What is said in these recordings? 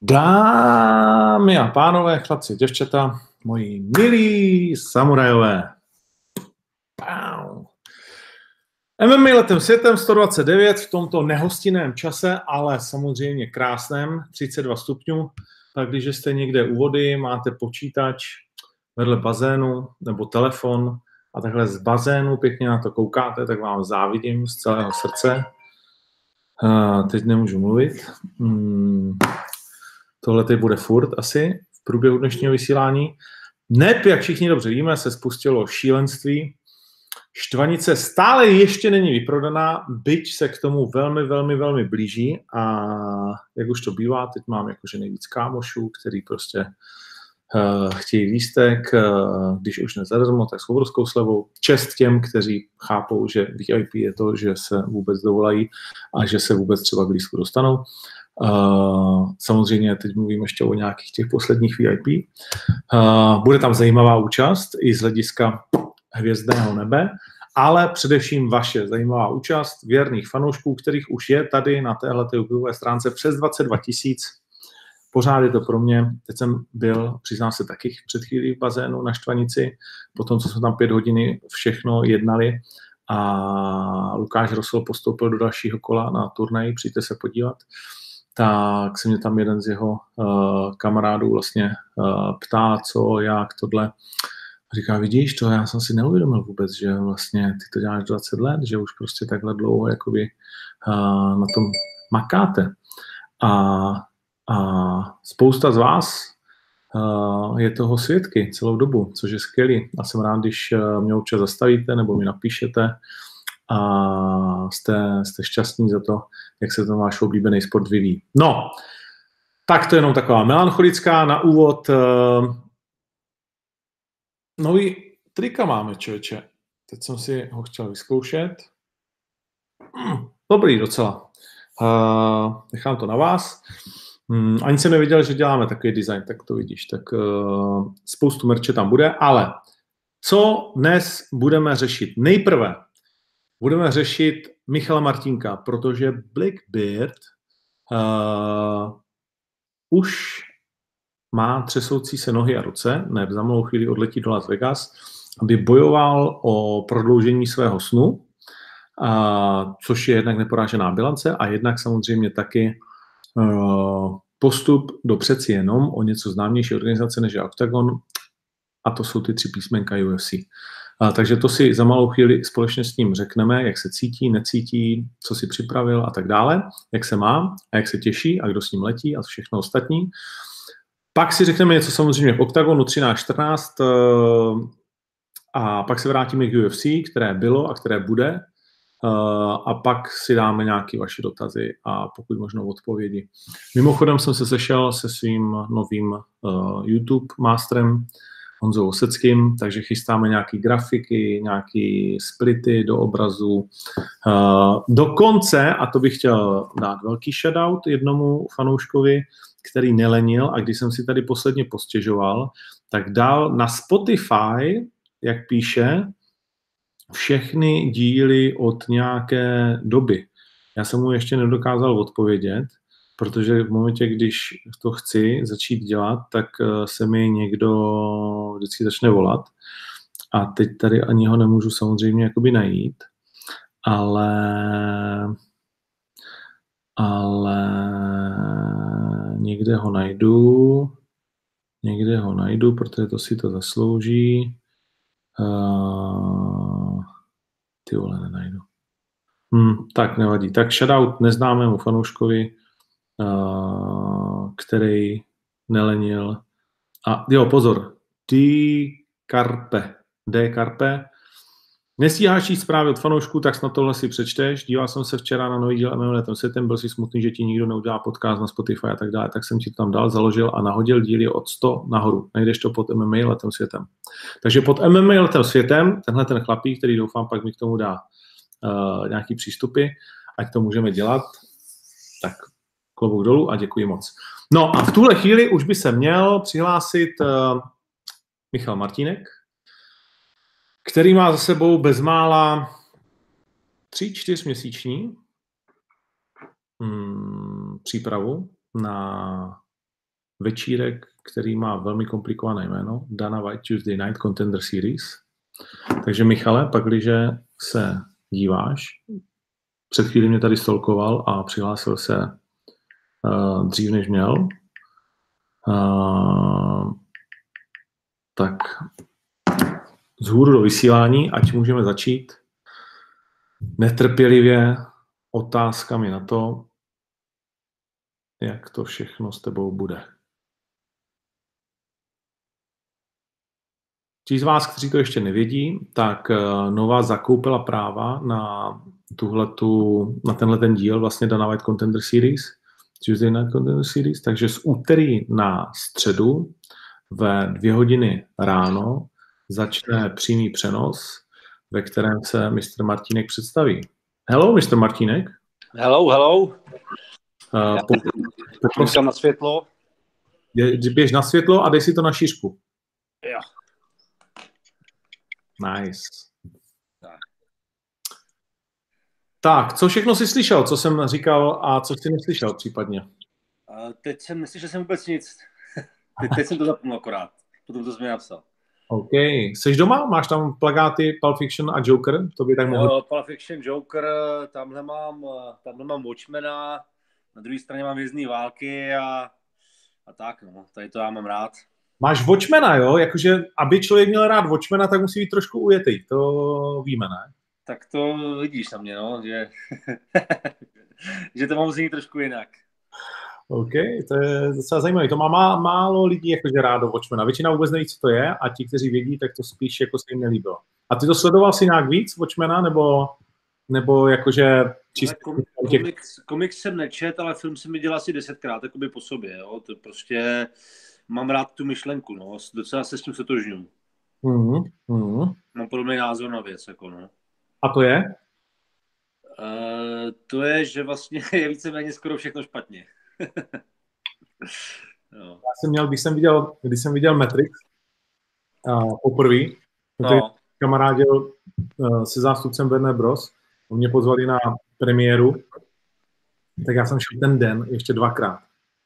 Dámy a pánové, chlapci, děvčata, moji milí samurajové. MMA letem světem 129 v tomto nehostinném čase, ale samozřejmě krásném, 32 stupňů. Tak když jste někde u vody, máte počítač vedle bazénu nebo telefon a takhle z bazénu pěkně na to koukáte, tak vám závidím z celého srdce. Teď nemůžu mluvit. Tohle teď bude furt asi v průběhu dnešního vysílání. Neb, jak všichni dobře víme, se spustilo šílenství. Štvanice stále ještě není vyprodaná, byť se k tomu velmi blíží a jak už to bývá, teď mám jakože nejvíc kámošů, který prostě chtějí lístek, když už ne zadarmo, tak s obrovskou slevou. Čest těm, kteří chápou, že VIP je to, že se vůbec dovolají a že se vůbec třeba k lístku dostanou. Samozřejmě teď mluvím ještě o nějakých těch posledních VIP. Bude tam zajímavá účast i z hlediska hvězdného nebe, ale především vaše zajímavá účast věrných fanoušků, kterých už je tady na téhleté webové stránce přes 22 000. Pořád je to pro mě. Teď jsem byl, přiznám se, taky před chvílí v bazénu na Štvanici, potom, co jsme tam 5 hodin všechno jednali a Lukáš Rosol postoupil do dalšího kola na turnaj, přijďte se podívat, tak se mě tam jeden z jeho kamarádů vlastně ptá, co, jak, tohle. Říká, vidíš to, já jsem si neuvědomil vůbec, že vlastně ty to děláš 20 let, že už prostě takhle dlouho jakoby na tom makáte. A spousta z vás je toho svědky celou dobu, což je skvělý. A jsem rád, když mě občas zastavíte nebo mi napíšete a jste šťastní za to, jak se ten váš oblíbený sport vyvíjí. No, tak to je jenom taková melancholická na úvod. Nový trika máme, člověče. Teď jsem si ho chtěl vyzkoušet. Dobrý docela. Nechám to na vás. Ani jsem nevěděl, že děláme takový design, tak to vidíš. Tak spoustu merče tam bude, ale co dnes budeme řešit? Nejprve budeme řešit Michala Martínka, protože Blackbeard už má třesoucí se nohy a ruce, ne, za malou chvíli odletí do Las Vegas, aby bojoval o prodloužení svého snu, což je jednak neporážená bilance a jednak samozřejmě taky postup do přeci jenom o něco známější organizace než je Octagon, a to jsou ty 3 písmenka UFC. Takže to si za malou chvíli společně s ním řekneme, jak se cítí, necítí, co si připravil a tak dále, jak se má a jak se těší a kdo s ním letí a všechno ostatní. Pak si řekneme něco samozřejmě v Octagonu 13-14 a pak se vrátíme k UFC, které bylo a které bude a pak si dáme nějaké vaše dotazy a pokud možno odpovědi. Mimochodem jsem se sešel se svým novým YouTube masterem Honzou Oseckým, takže chystáme nějaké grafiky, nějaké splity do obrazu. Dokonce, a to bych chtěl dát velký shoutout jednomu fanouškovi, který nelenil a když jsem si tady posledně postěžoval, tak dal na Spotify, jak píše, všechny díly od nějaké doby. Já jsem mu ještě nedokázal odpovědět, protože v momentě, když to chci začít dělat, tak se mi někdo vždycky začne volat a teď tady ani ho nemůžu samozřejmě jakoby najít, ale někde ho najdu, protože to si to zaslouží. Ty vole, nenajdu. Tak nevadí. Tak shoutout neznámému fanouškovi, který nelenil. A jo, pozor. D. Carpe. Nestíháš číst zprávy od fanoušků, tak snad tohle si přečteš. Díval jsem se včera na nový díl MMA letem světem, byl si smutný, že ti nikdo neudělá podcast na Spotify a tak dále, tak jsem ti to tam dal, založil a nahodil díly od 100 nahoru. Najdeš to pod MMA letem světem. Takže pod MMA letem světem, tenhle ten chlapík, který doufám pak mi k tomu dá nějaký přístupy, ať to můžeme dělat, tak klobouk dolů a děkuji moc. No a v tuhle chvíli už by se měl přihlásit Michal Martínek, který má za sebou bezmála 3-4 měsíční přípravu na večírek, který má velmi komplikované jméno, Dana White Tuesday Night Contender Series. Takže Michale, pakliže se díváš, před chvílí mě tady stolkoval a přihlásil se dřív, než měl, tak vzhůru do vysílání, ať můžeme začít netrpělivě otázkami na to, jak to všechno s tebou bude. Ti z vás, kteří to ještě nevědí, tak Nova zakoupila práva na tenhle ten díl, vlastně Dana White Contender Series, Tuesday Night Contender Series, takže z úterý na středu ve 2 hodiny ráno začne přímý přenos, ve kterém se Mr. Martínek představí. Hello, Mr. Martínek. Hello. Poprosím na světlo. Běž na světlo a dej si to na šířku. Jo. Nice. Tak, co všechno jsi slyšel, co jsem říkal a co jsi neslyšel případně? Teď jsem neslyšel jsem vůbec nic. Teď jsem to zapomněl akorát. Potom to jsi mi napsal. OK. Jsi doma? Máš tam plakáty Pulp Fiction a Joker? To by tak mohlo... Jo, Pulp Fiction, Joker, tamhle mám Watchmena, na druhé straně mám Vězný války a tak, no. Tady to já mám rád. Máš Watchmena, jo? Jakože, aby člověk měl rád Watchmena, tak musí být trošku ujetý. To víme, ne? Tak to vidíš na mě, no, že, že to mám znít trošku jinak. OK, to je docela zajímavé. To má málo lidí jakože rádo Watchmena. Většina vůbec neví, co to je a ti, kteří vědí, tak to spíš jako se jim nelíbilo. A ty to sledoval si nějak víc Watchmena, nebo jakože čistě... Komiks jsem nečet, ale film jsem viděl asi 10krát jakoby po sobě, jo. To prostě mám rád tu myšlenku, no. Docela se s tím sotožňuji. Mám podobný názor na věc, jako no. A to je? To je, že vlastně je víceméně skoro všechno špatně. No. Já jsem měl, když jsem viděl Matrix poprvé, no. Kamarádil se zástupcem Warner Bros. Mě pozvali na premiéru, tak já jsem šel ten den ještě 2krát.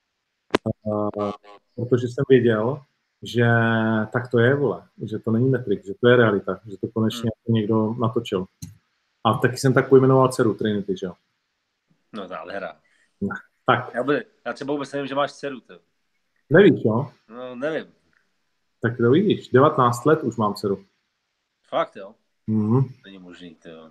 Protože jsem věděl, že tak to je, vole, že to není Matrix, že to je realita, že to konečně někdo natočil. A taky jsem tak pojmenoval dceru Trinity, že jo? No nádhera. Tak. Já třeba vůbec nevím, že máš dceru. To. Nevíš, jo? No, nevím. Tak to vidíš, 19 let už mám dceru. Fakt, jo? Mm-hmm. Není možný, to jo.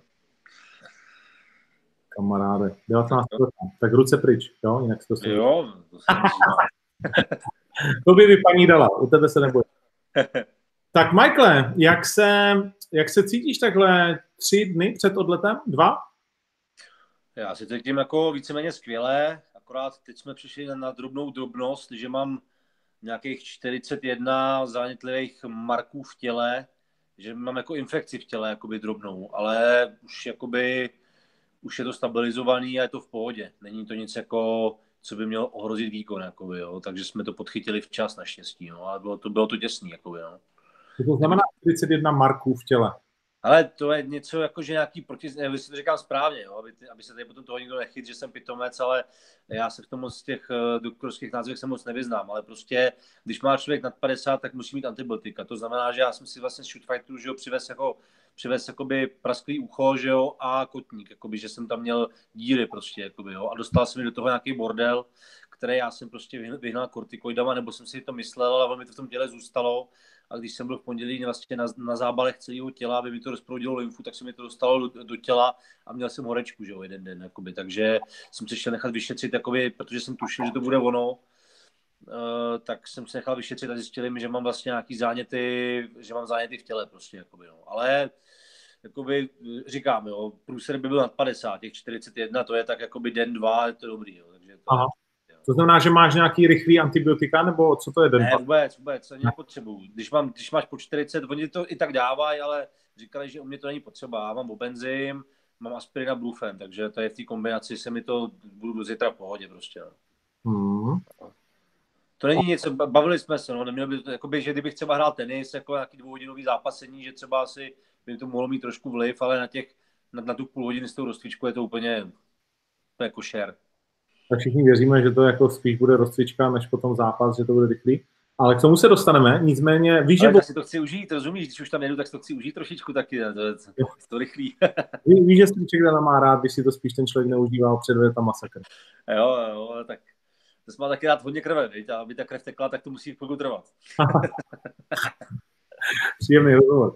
Kamaráde, 19 let, tak ruce pryč, jo? Jinak to se... Jo, to se to by paní dala, u tebe se nebude. Tak Michaele, jak se cítíš takhle 3 dny před odletem? 2? Já si cítím jako víceméně skvěle, akorát teď jsme přišli na drobnou drobnost, že mám nějakých 41 zánětlivých marků v těle, že mám jako infekci v těle, jakoby drobnou, ale už je to stabilizovaný a je to v pohodě. Není to nic jako, co by mělo ohrozit výkon, jakoby, jo. Takže jsme to podchytili včas naštěstí, no, ale bylo to těsný, jakoby, no. To znamená 41 marků v těle. Ale to je něco jako, že nějaký vy si to říkám správně, jo, aby se tady potom toho nikdo nechyt, že jsem pitomec, ale já se v tom moc těch doktorských názvech se moc nevyznám, ale prostě, když má člověk nad 50, tak musí mít antibiotika. To znamená, že já jsem si vlastně z shoot fighteru, že jo, přivez jakoby prasklý ucho, že jo, a kotník, jakoby, že jsem tam měl díry prostě, jakoby, jo, a dostal jsem mi do toho nějaký bordel, který já jsem prostě vyhnal kortikoidama, nebo jsem si to myslel, ale mi to v tom těle zůstalo. A když jsem byl v pondělí vlastně na zábalech celého těla, aby mi to rozproudilo lymfu, tak se mi to dostalo do těla a měl jsem horečku, že jo, jeden den, jakoby. Takže jsem se chtěl nechat vyšetřit, jakoby, protože jsem tušil, že to bude ono, tak jsem se nechal vyšetřit a zjistili mi, že mám vlastně nějaký záněty, že mám záněty v těle prostě, jakoby, no. Ale jakoby, říkám, jo, průser by byl nad 50, těch 41, to je tak jakoby den, 2, je to dobrý, jo, takže to... Aha. To znamená, že máš nějaký rychlý antibiotika, nebo co to je den? Ne, vůbec, ani nepotřebuju. Když máš po 40, oni to i tak dávají, ale říkali, že u mě to není potřeba. Já mám Obenzym, mám aspirin a Brufen, takže tady v té kombinaci se mi to budu do zítra v pohodě prostě. To není nic, bavili jsme se, no, nemělo by to, jakoby, že kdybych třeba hrál tenis, jako nějaký 2hodinový zápasení, že třeba asi by to mohlo mít trošku vliv, ale na tu půl hodiny s tou rozcvičkou je to úplně to jako šer. tak všichni věříme, že to jako spíš bude rozcvička, než potom zápas, že to bude rychlý. Ale k tomu se dostaneme, nicméně víš, ale že... já si to chci užít, rozumíš, když už tam jedu, tak si to chci užít trošičku taky, ne? To rychlý. Víš, že stříček Dana má rád, když si to spíš ten člověk neužíval, předvede tam masakr. Jo, tak to má taky rád hodně krve, viď? A aby ta krev tekla, tak to musí chvilku trvat. Příjemný rozhovor.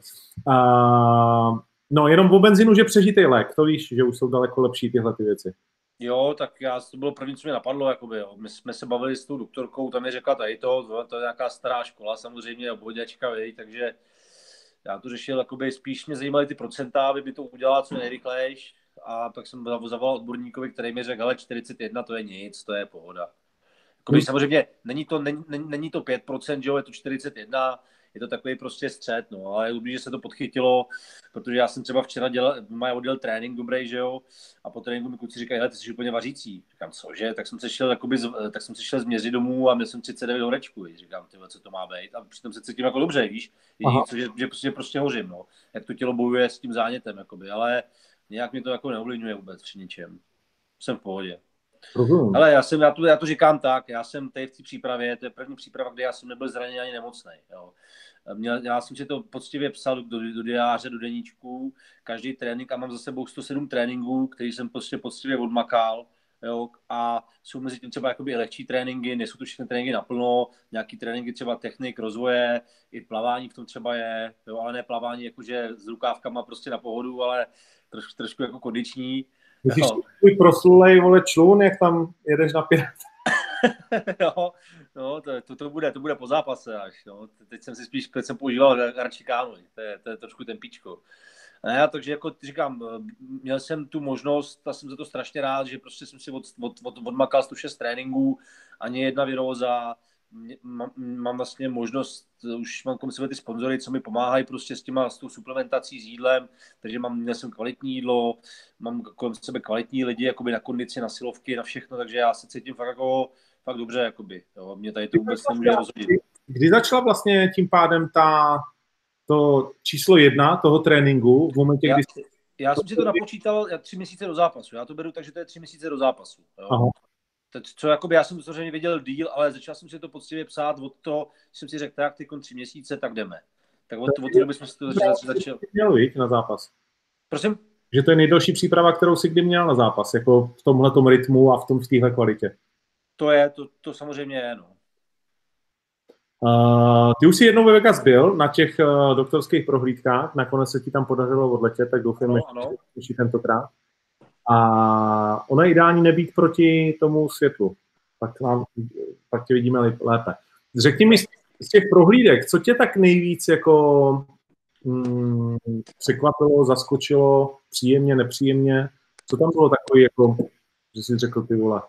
No, jenom o benzínu, že přežitej lék, to víš, že už jsou daleko lepší tyhle ty věci. Jo, tak to bylo první, co mě napadlo, jakoby, jo. My jsme se bavili s tou doktorkou, tam mi řekla tady to je nějaká stará škola, samozřejmě, obvoďačka, takže já to řešil, jakoby, spíš mě zajímaly ty procenta, aby by to udělala co nejrychlejš, a pak jsem zavolal odborníkovi, který mi řekl, ale 41, to je nic, to je pohoda. Jakoby, samozřejmě není to 5%, že jo, je to 41, je to takový prostě střed, no, ale je dobrý, že se to podchytilo, protože já jsem třeba včera mají odděl trénink dobrý, že jo, a po tréninku mi kluci říkají, hele, ty jsi úplně vařící. Říkám, cože, tak jsem se šel změřit domů a měl jsem 39 horečku, říkám, tyhle, co to má být, a přitom se cítím jako dobře, víš, že prostě hořím, no, jak to tělo bojuje s tím zánětem, jakoby, ale nějak mě to jako neovlivňuje vůbec při ničem, jsem v pohodě. Ale já to říkám tak, já jsem tady v té přípravě, to je první příprava, kde já jsem nebyl zraněný ani nemocný. Jo. Já jsem si to poctivě psal do diáře, do deníčku, každý trénink, a mám za sebou 107 tréninků, který jsem prostě poctivě odmakal. Jo, a jsou mezi tím třeba jakoby lehčí tréninky, nejsou to všechny tréninky naplno, nějaký tréninky třeba technik, rozvoje, i plavání v tom třeba je, jo, ale ne plavání jakože s rukávkama prostě na pohodu, ale trošku jako kondiční. Myslíš, tvůj proslulej, vole, člun, jak tam jedeš na 5? Jo, no, to bude po zápase až, no. Teď jsem používal radši kánu, to je trošku ten píčko. Ne, takže jako říkám, měl jsem tu možnost a jsem za to strašně rád, že prostě jsem si odmakal 106 tréninků, ani jedna viróza, mám vlastně možnost, už mám kolem sebe ty sponzory, co mi pomáhají prostě s tou suplementací, s jídlem, takže měl jsem kvalitní jídlo, mám kolem sebe kvalitní lidi, jakoby na kondici, na silovky, na všechno, takže já se cítím fakt dobře, jakoby, jo, mě tady to vůbec nemůže rozhodit. Kdy začala vlastně tím pádem to číslo 1 toho tréninku v momentě, kdy... Já jsem si to napočítal 3 měsíce do zápasu, já to beru tak, že to je 3 měsíce do zápasu, jo. Co jakoby, já jsem samozřejmě věděl díl, ale začal jsem si to poctivě psát od toho, jsem si řekl, tak ty 3 měsíce, tak jdeme. Tak od té doby jsme si to začal. Měl jít na zápas. Prosím? Že to je nejdelší příprava, kterou si kdy měl na zápas, jako v tomhletom rytmu a v téhle kvalitě. To samozřejmě je, no. Ty už jsi jednou ve Vegas byl na těch doktorských prohlídkách, nakonec se ti tam podařilo odletět, tak doufám, že tentokrát. A ono je ideální nebýt proti tomu světlu. Pak tě vidíme lépe. Řekni mi z těch prohlídek, co tě tak nejvíc jako překvapilo, zaskočilo, příjemně, nepříjemně? Co tam bylo takový, jako, že jsi řekl, ty vole?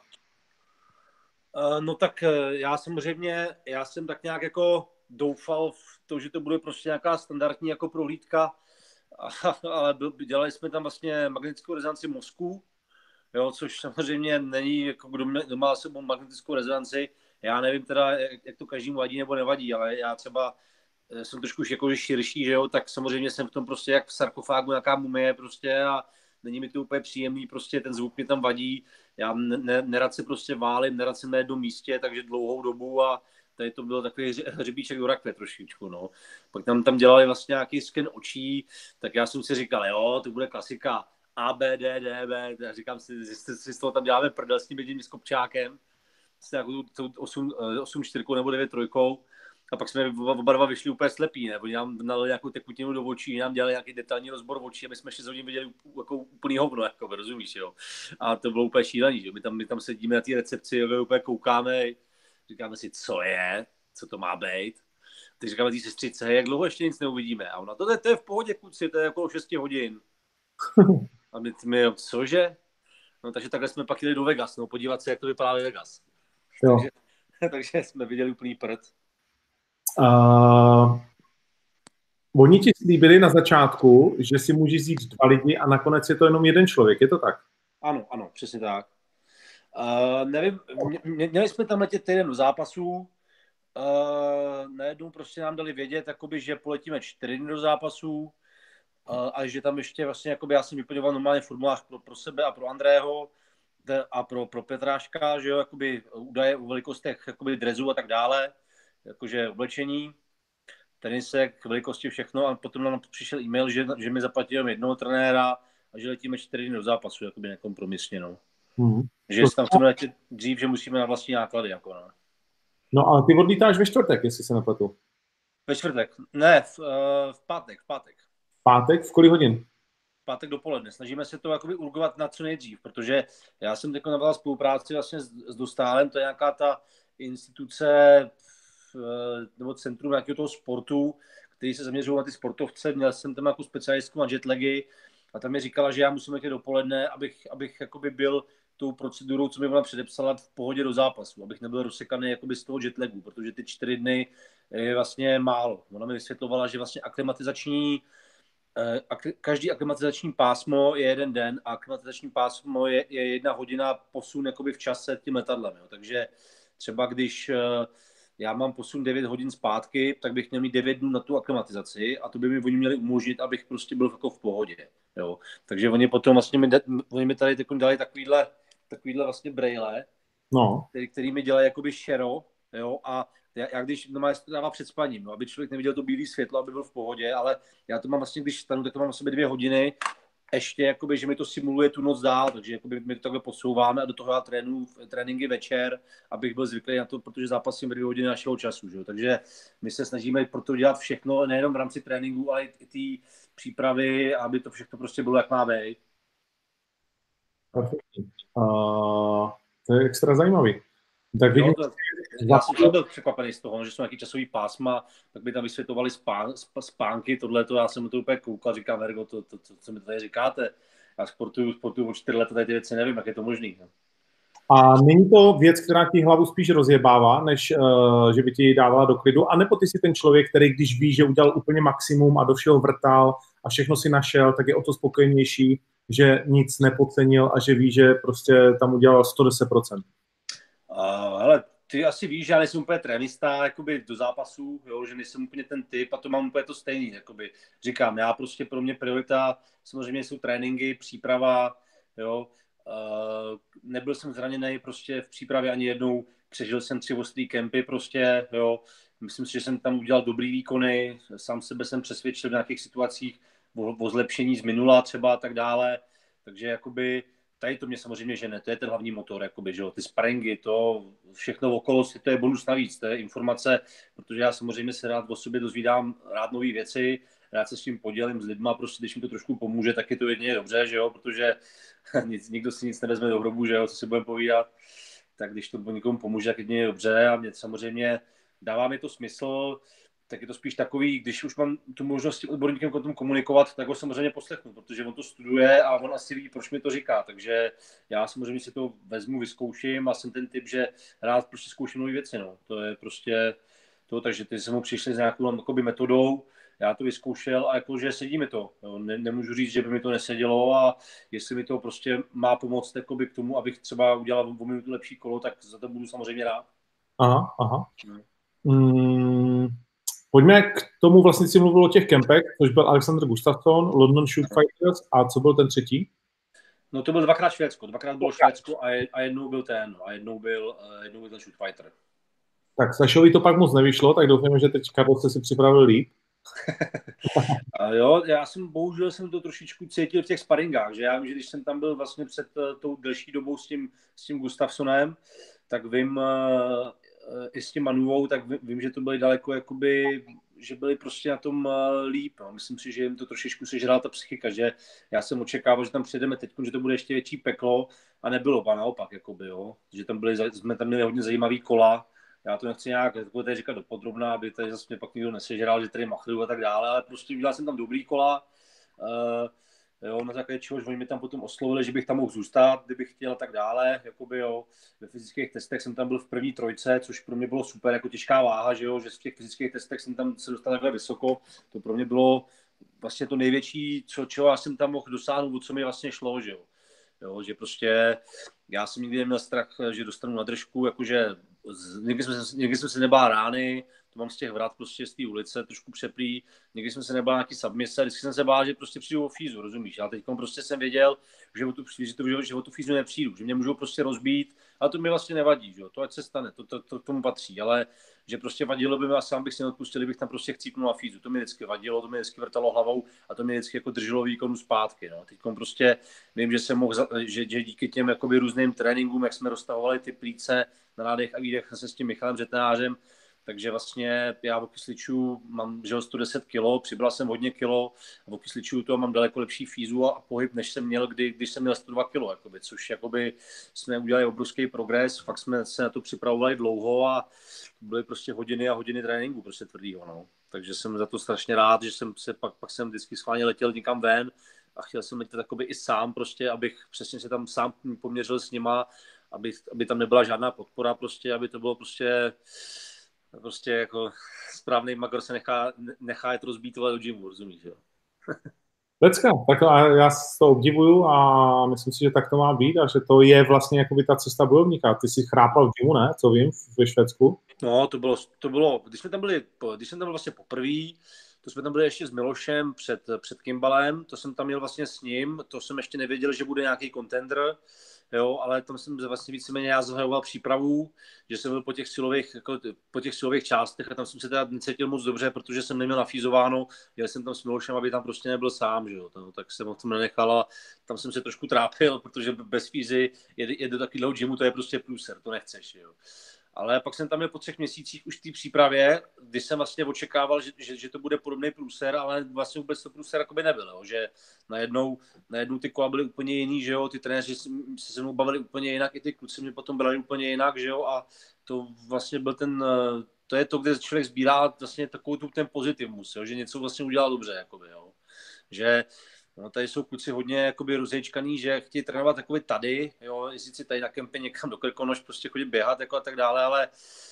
No tak já jsem tak nějak jako doufal v to, že to bude prostě nějaká standardní jako prohlídka, ale dělali jsme tam vlastně magnetickou rezonanci mozku, jo, což samozřejmě není, jako kdo má sebou magnetickou rezonanci, já nevím teda, jak to každému vadí nebo nevadí, ale já třeba jsem trošku jako širší, že jo, tak samozřejmě jsem v tom prostě jak v sarkofágu nějaká mumie prostě a není mi to úplně příjemný, prostě ten zvuk mi tam vadí, já nerad se prostě válím, nerad jsem na jednom místě, takže dlouhou dobu a tady to byl takový hřebíček do rakve trošičku, no. Pak tam dělali vlastně nějaký sken očí, tak já jsem si říkal, jo, to bude klasika A, B, D, D, B, já říkám si z toho tam děláme prdel s tím jedním skopčákem, s nějakou 8-4 nebo 9-3, a pak jsme oba dva vyšli úplně slepí, ne? Oni nám nalili nějakou tekutinu do očí, nám dělali nějaký detailní rozbor očí, aby jsme 6 hodin viděli jako úplný hovno, jako, rozumíš, jo. A to bylo úplně šílený, že? My tam sedíme na té recepci, úplně koukáme, říkáme si, co to má být. Teď říkáme té sestřice, jak dlouho ještě nic neuvidíme. A ona, to je v pohodě, kluci, to je okolo 6 hodin. A my cože? No takže takhle jsme pak jeli do Vegas, no, podívat se, jak to vypadá ve Vegas. Takže jsme viděli úplný prd. Oni ti slíbili na začátku, že si můžeš vzít 2 lidi a nakonec je to jenom 1 člověk, je to tak? Ano, přesně tak. Nevím, měli jsme tam letět týden do zápasu, najednou prostě nám dali vědět, jakoby, že poletíme 4 dny do zápasu a že tam ještě vlastně, jakoby, já jsem vyplňoval normálně formulář pro sebe a pro Andrého, A pro Petráška, že jo, jakoby údaje o velikostech jakoby drezů a tak dále, jakože oblečení, tenisek, velikosti, všechno a potom nám přišel e-mail, že mi zaplatil jednoho trenéra a že letíme 4 dny do zápasu, jakoby nekompromisně, no. Že jestli tam chceme letět dřív, že musíme na vlastní náklady, jako no. No ale ty odlítáš ve čtvrtek, jestli se nepletu. Ve čtvrtek. Ne, v pátek. Pátek? V kolik hodin? Pátek dopoledne. Snažíme se to jakoby urgovat na co nejdřív, protože já jsem teď navázal spolupráci vlastně s Dostálem, to je nějaká ta instituce nebo centrum nějakého toho sportu, který se zaměřují na ty sportovce. Měl jsem tam jako specialistku na jetlagy a tam mi říkala, že já musím jít dopoledne, abych jakoby byl tou procedurou, co mi ona předepsala, v pohodě do zápasu, abych nebyl rozsekaný jakoby z toho jetlagu, protože ty 4 dny je vlastně málo. Ona mi vysvětlovala, že vlastně každý aklimatizační pásmo je 1 den a aklimatizační pásmo je 1 hodina posun jakoby v čase tím letadlem. Jo. Takže třeba když já mám posun 9 hodin zpátky, tak bych měl mít 9 dnů na tu aklimatizaci a to by mi oni měli umožnit, abych prostě byl jako v pohodě. Jo. Takže oni potom vlastně oni mi tady dali takovýhle vlastně brejle, no. který mi dělají jakoby šero, jo, a já když to dává před spaním, no, aby člověk neviděl to bílé světlo, aby byl v pohodě, ale já to mám vlastně, když stanu, tak to mám na sobě 2 hodiny, ještě jakoby, že mi to simuluje tu noc dál, takže jakoby my to takhle posouváme a do toho já tréninky večer, abych byl zvyklý na to, protože zápasím 2 hodiny našeho času, že? Takže my se snažíme proto dělat všechno, nejenom v rámci tréninku, ale i té přípravy, aby to všechno prostě bylo, jak má být. Perfektní. To je extra zajímavý. Tak vidím, já jsem byl překvapený z toho, že jsou nějaký časový pásma, tak by tam vysvětlovali spánky, tohleto, já jsem to úplně koukal, říkám, Ergo, to co mi tady říkáte. Já sportuju o 4 leta, tady ty věci nevím, jak je to možný. No. A není to věc, která ti hlavu spíš rozjebává, než že by ti dávala do klidu? A nebo ty jsi ten člověk, který když ví, že udělal úplně maximum a do všeho vrtal a všechno si našel, tak je o to spokojenější, že nic nepodcenil a že ví, že prostě tam udělal 110%? Hele, ty asi víš, že já nejsem úplně trénista jakoby do zápasů, jo, že nejsem úplně ten typ a to mám úplně to stejný. Jakoby. Říkám, já prostě pro mě priorita samozřejmě jsou tréninky, příprava, jo. Nebyl jsem zraněný prostě v přípravě ani jednou, přežil jsem 3 ostrý kempy prostě, jo. Myslím si, že jsem tam udělal dobrý výkony, sám sebe jsem přesvědčil v nějakých situacích o zlepšení z minula třeba a tak dále, takže jakoby tady to mě samozřejmě žene, to je ten hlavní motor, jakoby, že jo, ty sparingy, to všechno okolo, to je bonus navíc, to je informace, protože já samozřejmě se rád o sobě dozvídám rád nové věci, rád se s tím podělím s lidma, prostě když mi to trošku pomůže, tak je to jedině dobře, že jo, protože nikdo si nic nevezme do hrobu, že jo, co si budeme povídat, tak když to někomu pomůže, tak jedině je dobře a mě samozřejmě dává mi to smysl, tak je to spíš takový, když už mám tu možnost s tím odborníkem o tom komunikovat, tak ho samozřejmě poslechnu, protože on to studuje a on asi ví, proč mi to říká. Takže já samozřejmě si to vezmu, vyzkouším a jsem ten typ, že rád prostě zkouším nové věci. No. To je prostě to, takže ty jsem mu přišli s nějakou jakoby metodou, já to vyzkoušel a jakože sedí mi to. Jo. Nemůžu říct, že by mi to nesedělo a jestli mi to prostě má pomoct jakoby k tomu, abych třeba udělal o minutu lepší kolo, tak za to budu samozřejmě rád. Aha. Pojďme k tomu, vlastně si mluvil o těch kempech, což byl Alexander Gustafsson, London Shoot Fighters a co byl ten třetí? No to byl 2x Švédsko, 2x bylo Švédsko a jednou byl jednou byl ten Shoot Fighter. Tak Sašovi to pak moc nevyšlo, tak doufám, že teď Karol jste si připravil líp. Jo, bohužel jsem to trošičku cítil v těch sparingách, že já vím, že když jsem tam byl vlastně před tou delší dobou s tím Gustafssonem, tak vím, i s tím Manuvou, tak vím, že to byly daleko jakoby, že byli prostě na tom líp. No. Myslím si, že jim to trošičku sežrala ta psychika, že já jsem očekával, že tam přijedeme teď, že to bude ještě větší peklo a nebylo, a naopak, jakoby, jo. Že jsme tam měli hodně zajímavý kola. Já to nechci nějak tady říkat dopodrobná, aby tady zase mě pak nikdo nesežral, že tady machluju a tak dále, ale prostě udělal jsem tam dobrý kola. Jo, na základě čehož oni mi tam potom oslovili, že bych tam mohl zůstat, kdybych chtěl a tak dále. Jakoby, jo. Ve fyzických testech jsem tam byl v první trojce, což pro mě bylo super, jako těžká váha, že v těch fyzických testech jsem tam se dostal takhle vysoko. To pro mě bylo vlastně to největší, čeho já jsem tam mohl dosáhnout, o co mi vlastně šlo, že jo. Jo, že prostě já jsem nikdy neměl strach, že dostanu na držku, jakože nikdy jsem se nebál rány, to mám z těch vrat prostě z té ulice, trošku přeplý, někdy jsem se nebál nějaký submise, vždycky jsem se bál, že prostě přijdu o fízu, rozumíš, ale teď prostě jsem věděl, že o tu fízu nepřijdu, že mě můžou prostě rozbít, ale to mi vlastně nevadí, že? To ať se stane, to k tomu patří, ale že prostě vadilo by mi a sám bych si neodpustil, kdybych tam prostě chcípnul na fízu, to mi vždycky vadilo, to mi vždycky vrtalo hlavou a to mě vždycky jako drželo výkonu zpátky, no. Teď prostě vím, že jsem mohl, že díky těm jakoby různým tréninkům, jak jsme roztahovali ty plíce na nádech a výdech se s tím Michalem Řetnářem, takže vlastně já v okysličů mám, že 110 kg, přibral jsem hodně kilo a v okysličů to mám daleko lepší fízu a pohyb, než jsem měl, když jsem měl 102 kg, jakoby, což jakoby jsme udělali obrovský progres, fakt jsme se na to připravovali dlouho a byly prostě hodiny a hodiny tréninku prostě tvrdýho, no. Takže jsem za to strašně rád, že jsem se pak jsem vždycky schválně letěl někam ven a chtěl jsem letět takoby i sám prostě, abych přesně se tam sám poměřil s nima, aby tam nebyla žádná podpora prostě, aby to bylo prostě jako správný magor se nechá jet rozbítovat do gymu, rozumíš, jo? Pecka, tak já to obdivuju a myslím si, že tak to má být a že to je vlastně jakoby ta cesta bojovníka. Ty jsi chrápal v gymu, ne? Co vím, ve Švédsku? No, to bylo, když jsem tam byl vlastně poprvé, to jsme tam byli ještě s Milošem před Kimbalem, to jsem tam měl vlastně s ním, to jsem ještě nevěděl, že bude nějaký contender, jo, ale tam jsem vlastně víceméně já zahajoval přípravu, že jsem byl po těch silových částech a tam jsem se teda necítil moc dobře, protože jsem neměl nafízováno, jel jsem tam s Milošem, aby tam prostě nebyl sám, že jo, tak jsem ho v tom nenechal a tam jsem se trošku trápil, protože bez fízy je do takového gymu, to je prostě průser, to nechceš, jo. Ale pak jsem tam měl po 3 měsících už v té přípravě, kdy jsem vlastně očekával, že to bude podobný průser, ale vlastně vůbec to průser jakoby nebyl, jo? Že najednou ty kola byly úplně jiný, že jo, ty trenéři se mnou bavili úplně jinak, i ty kluci mě potom brali úplně jinak, že jo, a to vlastně byl to je to, kde člověk sbírá vlastně takovou ten pozitivmus, jo? Že něco vlastně udělal dobře, jakoby, jo. Že no, tady jsou kluci hodně jakoby rozejčkaný, že chtějí trénovat takový tady, jo, jezdit si tady na kempě někam do Krkonoš, prostě chodit běhat jako a tak dále, ale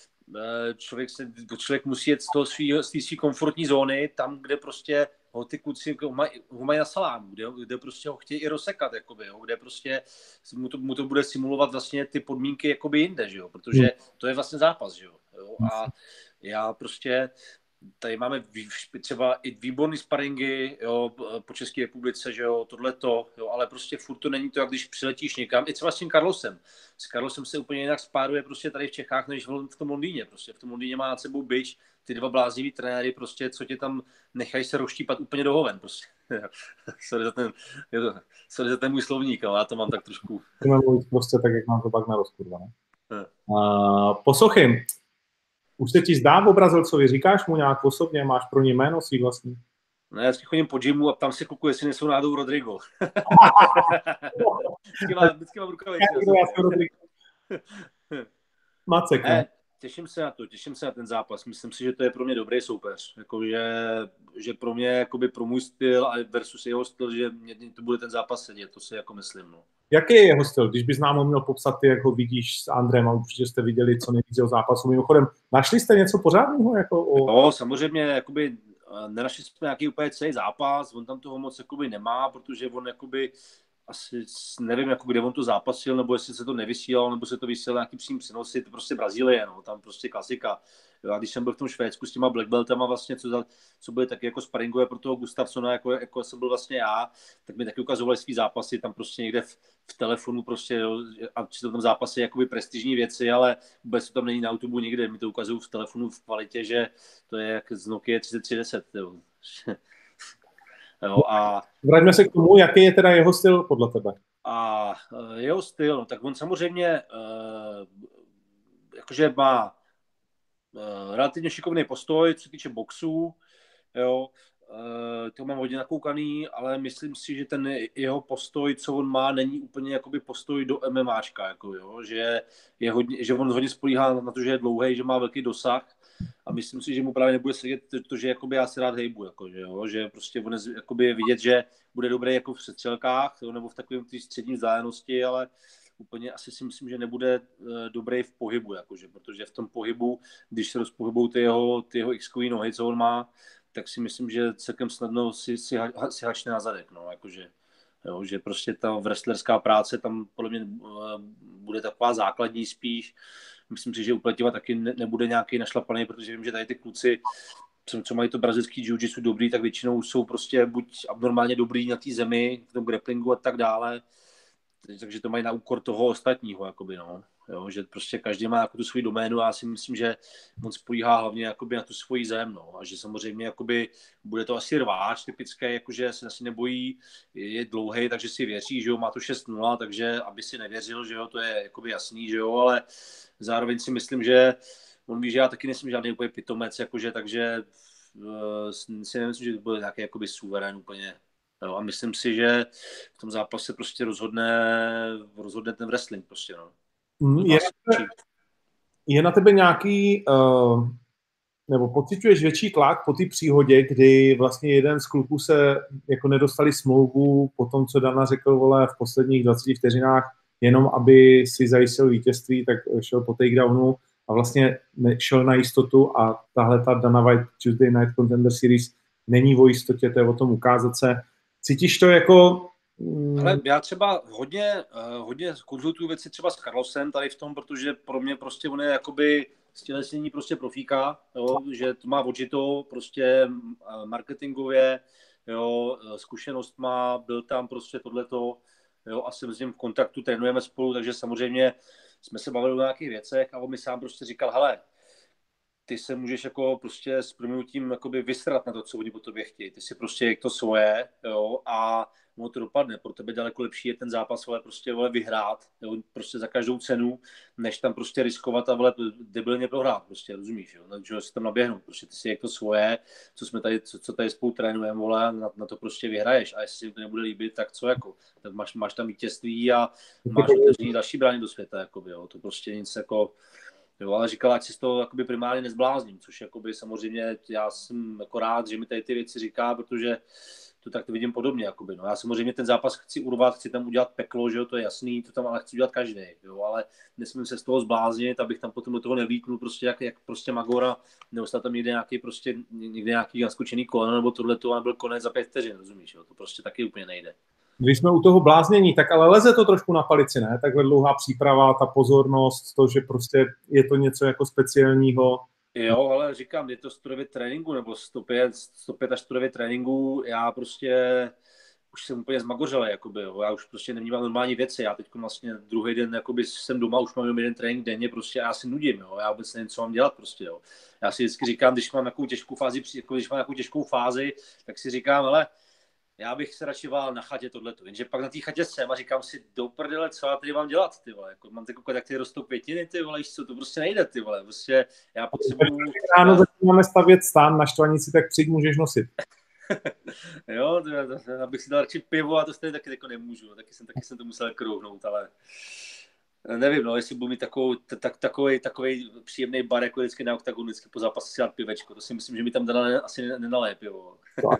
člověk musí jet z té své komfortní zóny, tam, kde prostě ho ty kluci ho mají na salámu, kde prostě ho chtějí i rozsekat, jakoby, jo, kde prostě mu to bude simulovat vlastně ty podmínky jakoby jinde, že jo, protože to je vlastně zápas, že jo, a já prostě tady máme třeba i výborný sparingy, jo, po České republice, že jo, tohleto, jo, ale prostě furt to není to, jak když přiletíš někam, i třeba s tím Carlosem. S Carlosem se úplně jinak spáruje prostě tady v Čechách, než v tom Londýně, prostě v tom Londýně má nad sebou bič, ty dva bláznivý trenéry, prostě, co tě tam nechají se rozštípat úplně do hoven, prostě. sorry za ten můj slovník, ale já to mám tak trošku. Můžeme mluvit prostě tak, jak mám to pak na rozkurva, ne? Poslouchej, už se ti zdá v obrazovcovi, říkáš mu nějak osobně, máš pro ně jméno svý vlastní? No, já vždycky chodím po gymu a tam si kluku, jestli nejsou náhodou Rodrigo. vždycky mám rukavice. Macek, ne? Těším se na ten zápas. Myslím si, že to je pro mě dobrý soupeř. Jako, že pro mě, jakoby pro můj styl a versus jeho styl, že mě to bude ten zápas sedět, to si jako myslím. No. Jaký je jeho styl? Když bys nám ho měl popsat ty, jak ho vidíš s Andrem a určitě jste viděli co nejvíc jeho zápasu. Mimochodem, našli jste něco pořádného? No, samozřejmě, jakoby nenašli jsme nějaký úplně celý zápas, on tam toho moc jakoby nemá, protože on jakoby asi nevím, jako kde on to zápasil, nebo jestli se to nevysílal, nebo se to vysílal nějaký přímý přenosy, to prostě Brazílie, no, tam prostě klasika. Jo, a když jsem byl v tom Švédsku s těma black beltama vlastně, co byly taky jako sparingové pro toho Gustafsona, jako jsem byl vlastně já, tak mi taky ukazovali svý zápasy, tam prostě někde v telefonu prostě, jo, a či to tam zápasy jakoby prestižní věci, ale vůbec to tam není na YouTube nikde, mi to ukazují v telefonu v kvalitě, že to je jak z Nokia 3310, jo. Jo, a vraťme se k tomu, jaký je teda jeho styl podle tebe? A jeho styl, no, tak on samozřejmě jakože má relativně šikovný postoj, co se týče boxu, jo, to mám hodně nakoukaný, ale myslím si, že ten jeho postoj, co on má, není úplně jakoby postoj do MMAčka, jako, jo, že on hodně spolíhá na to, že je dlouhý, že má velký dosah a myslím si, že mu právě nebude sedět to, že jakoby já se rád hejbu, jako, že prostě on je vidět, že bude dobrý jako v přestřelkách, jo, nebo v takovém té střední vzdálenosti, ale úplně asi si myslím, že nebude dobrý v pohybu, jakože, protože v tom pohybu, když se rozpohybou ty jeho x-kový nohy, co on má, tak si myslím, že celkem snadno si hačne na zadek, no, jakože. Jo, že prostě ta wrestlerská práce tam podle mě bude taková základní spíš. Myslím si, že uplatňovat taky nebude nějaký našlapaný, protože vím, že tady ty kluci, co mají to brazilský jiu-jitsu dobrý, tak většinou jsou prostě buď abnormálně dobrý na té zemi, v tom grapplingu a tak dále, takže to mají na úkor toho ostatního, jakoby, no. Jo, že prostě každý má jako tu svoji doménu a já si myslím, že on spolíhá hlavně jakoby na tu svoji zem, no. A že samozřejmě jakoby bude to asi rváč typický, jakože se asi nebojí, je dlouhý, takže si věří, že jo, má to 6-0, takže aby si nevěřil, že jo, to je jakoby jasný, že jo, ale zároveň si myslím, že on ví, že já taky nejsem žádný úplně pitomec, jakože, takže si nemyslím, že to bude nějaký jakoby suverén úplně. Jo, a myslím si, že v tom zápase prostě rozhodne ten wrestling prostě, no. Je na tebe nějaký, nebo pociťuješ větší tlak po té příhodě, kdy vlastně jeden z kluků se jako nedostali smlouvu po tom, co Dana řekl, vole, v posledních 20 vteřinách, jenom aby si zajistil vítězství, tak šel po takedownu a vlastně šel na jistotu a tahle ta Dana White Tuesday Night Contender Series není o jistotě, to je o tom ukázat se. Cítíš to jako... Ale já třeba hodně konzultuju věci třeba s Carlosem tady v tom, protože pro mě prostě on je jakoby stělesnění prostě profíka, jo, že to má odžito prostě marketingově, jo, zkušenost má, byl tam prostě tohleto, jo, a jsem s ním v kontaktu, trénujeme spolu, takže samozřejmě jsme se bavili o nějakých věcech a on mi sám prostě říkal, hele, ty se můžeš jako prostě s prominutím jakoby vysrat na to, co oni po tobě chtějí. Ty si prostě jak to svoje, jo, a ono to dopadne. Pro tebe daleko lepší je ten zápas, ale prostě vyhrát, jo, prostě za každou cenu, než tam prostě riskovat a debilně prohrát, prostě, rozumíš, jo, takže si tam naběhnout, prostě ty si jak to svoje, co tady spolu trénujeme, vole, na to prostě vyhraješ a jestli si to nebude líbit, tak co jako, tak máš tam vítězství a máš otevřený další brány do světa, jakoby, jo, to prostě nic jako. Jo, ale říkala, ať si z toho jakoby primárně nezblázním, což jakoby samozřejmě já jsem jako rád, že mi tady ty věci říká, protože to tak to vidím podobně. Jakoby, no. Já samozřejmě ten zápas chci urvat, chci tam udělat peklo, že jo, to je jasný, to tam ale chci udělat každý, jo, ale nesmím se z toho zbláznit, abych tam potom do toho nevlítnul, prostě jak prostě Magora, neostal tam někde nějaký naskočený koleno, nebo tohleto, a byl konec za 5 vteřin, rozumíš, jo, to prostě taky úplně nejde. Když jsme u toho bláznění, tak ale leze to trošku na palici, ne? Takhle dlouhá příprava, ta pozornost, to, že prostě je to něco jako speciálního. Jo, ale říkám, je to 109 tréninku, nebo 105 až 109 tréninku, já prostě už jsem úplně zmagořelý, jakoby, jo. Já už prostě nevnímám normální věci, já teď vlastně druhý den jakoby jsem doma, už mám jeden trénink denně, prostě a já si nudím, jo. Já vůbec nevím, co mám dělat, prostě, jo. Já si vždycky říkám, když mám nějakou těžkou fázi, tak si říkám, hele, já bych se radši válel na chatě tohleto, jenže pak na té chatě jsem a říkám si, do prdele, co já tady mám dělat, ty vole, jako mám takové, jak ty rostou květiny, ty vole, co, to prostě nejde, ty vole, prostě já potřebuju... Ráno začínáme stavět stán na štvanici, tak přijď můžeš nosit. Jo, abych si dal radši pivo a to stejně taky jako nemůžu, taky jsem to musel krouhnout, ale nevím, no, jestli budu mít takový příjemný bar, jako vždycky na oktagonu, vždycky po zápase si dát pivečko, to si myslím, že mi tam asi nenalé pivo.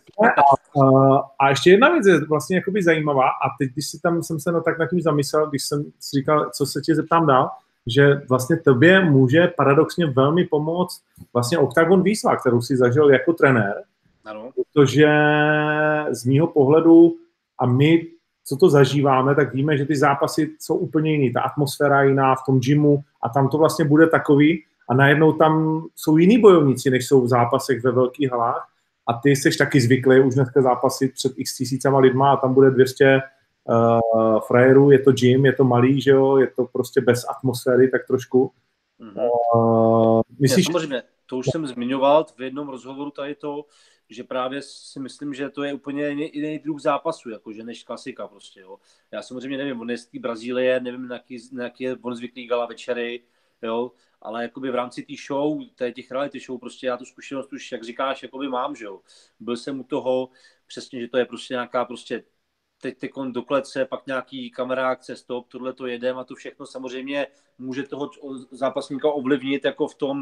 A ještě jedna věc je vlastně jakoby zajímavá a teď, když jsem se tak nad tím zamyslel, když jsem si říkal, co se tě zeptám dál, že vlastně tobě může paradoxně velmi pomoct vlastně Octagon výzva, kterou si zažil jako trenér, ano. Protože z mýho pohledu a my, co to zažíváme, tak víme, že ty zápasy jsou úplně jiný, ta atmosféra jiná v tom gymu a tam to vlastně bude takový a najednou tam jsou jiný bojovníci, než jsou v zápasech ve velkých halách a ty jsi taky zvyklý už dneska zápasit před x tisícama lidma a tam bude 200 frajerů, je to gym, je to malý, že jo, je to prostě bez atmosféry, tak trošku. Myslíš... Samozřejmě, to už jsem zmiňoval v jednom rozhovoru tady to, že právě si myslím, že to je úplně jiný druh zápasu, jakože než klasika prostě, jo. Já samozřejmě nevím, on je z té Brazílie, nevím, na jaký je on zvyklý gala večery, jo, ale jakoby v rámci té show, těch reality show, prostě já tu zkušenost už, jak říkáš, jakoby mám, že jo. Byl jsem u toho, přesně, že to je prostě nějaká prostě teď do klece, pak nějaký kameraakce, stop, tohle to jedem a to všechno samozřejmě může toho zápasníka ovlivnit jako v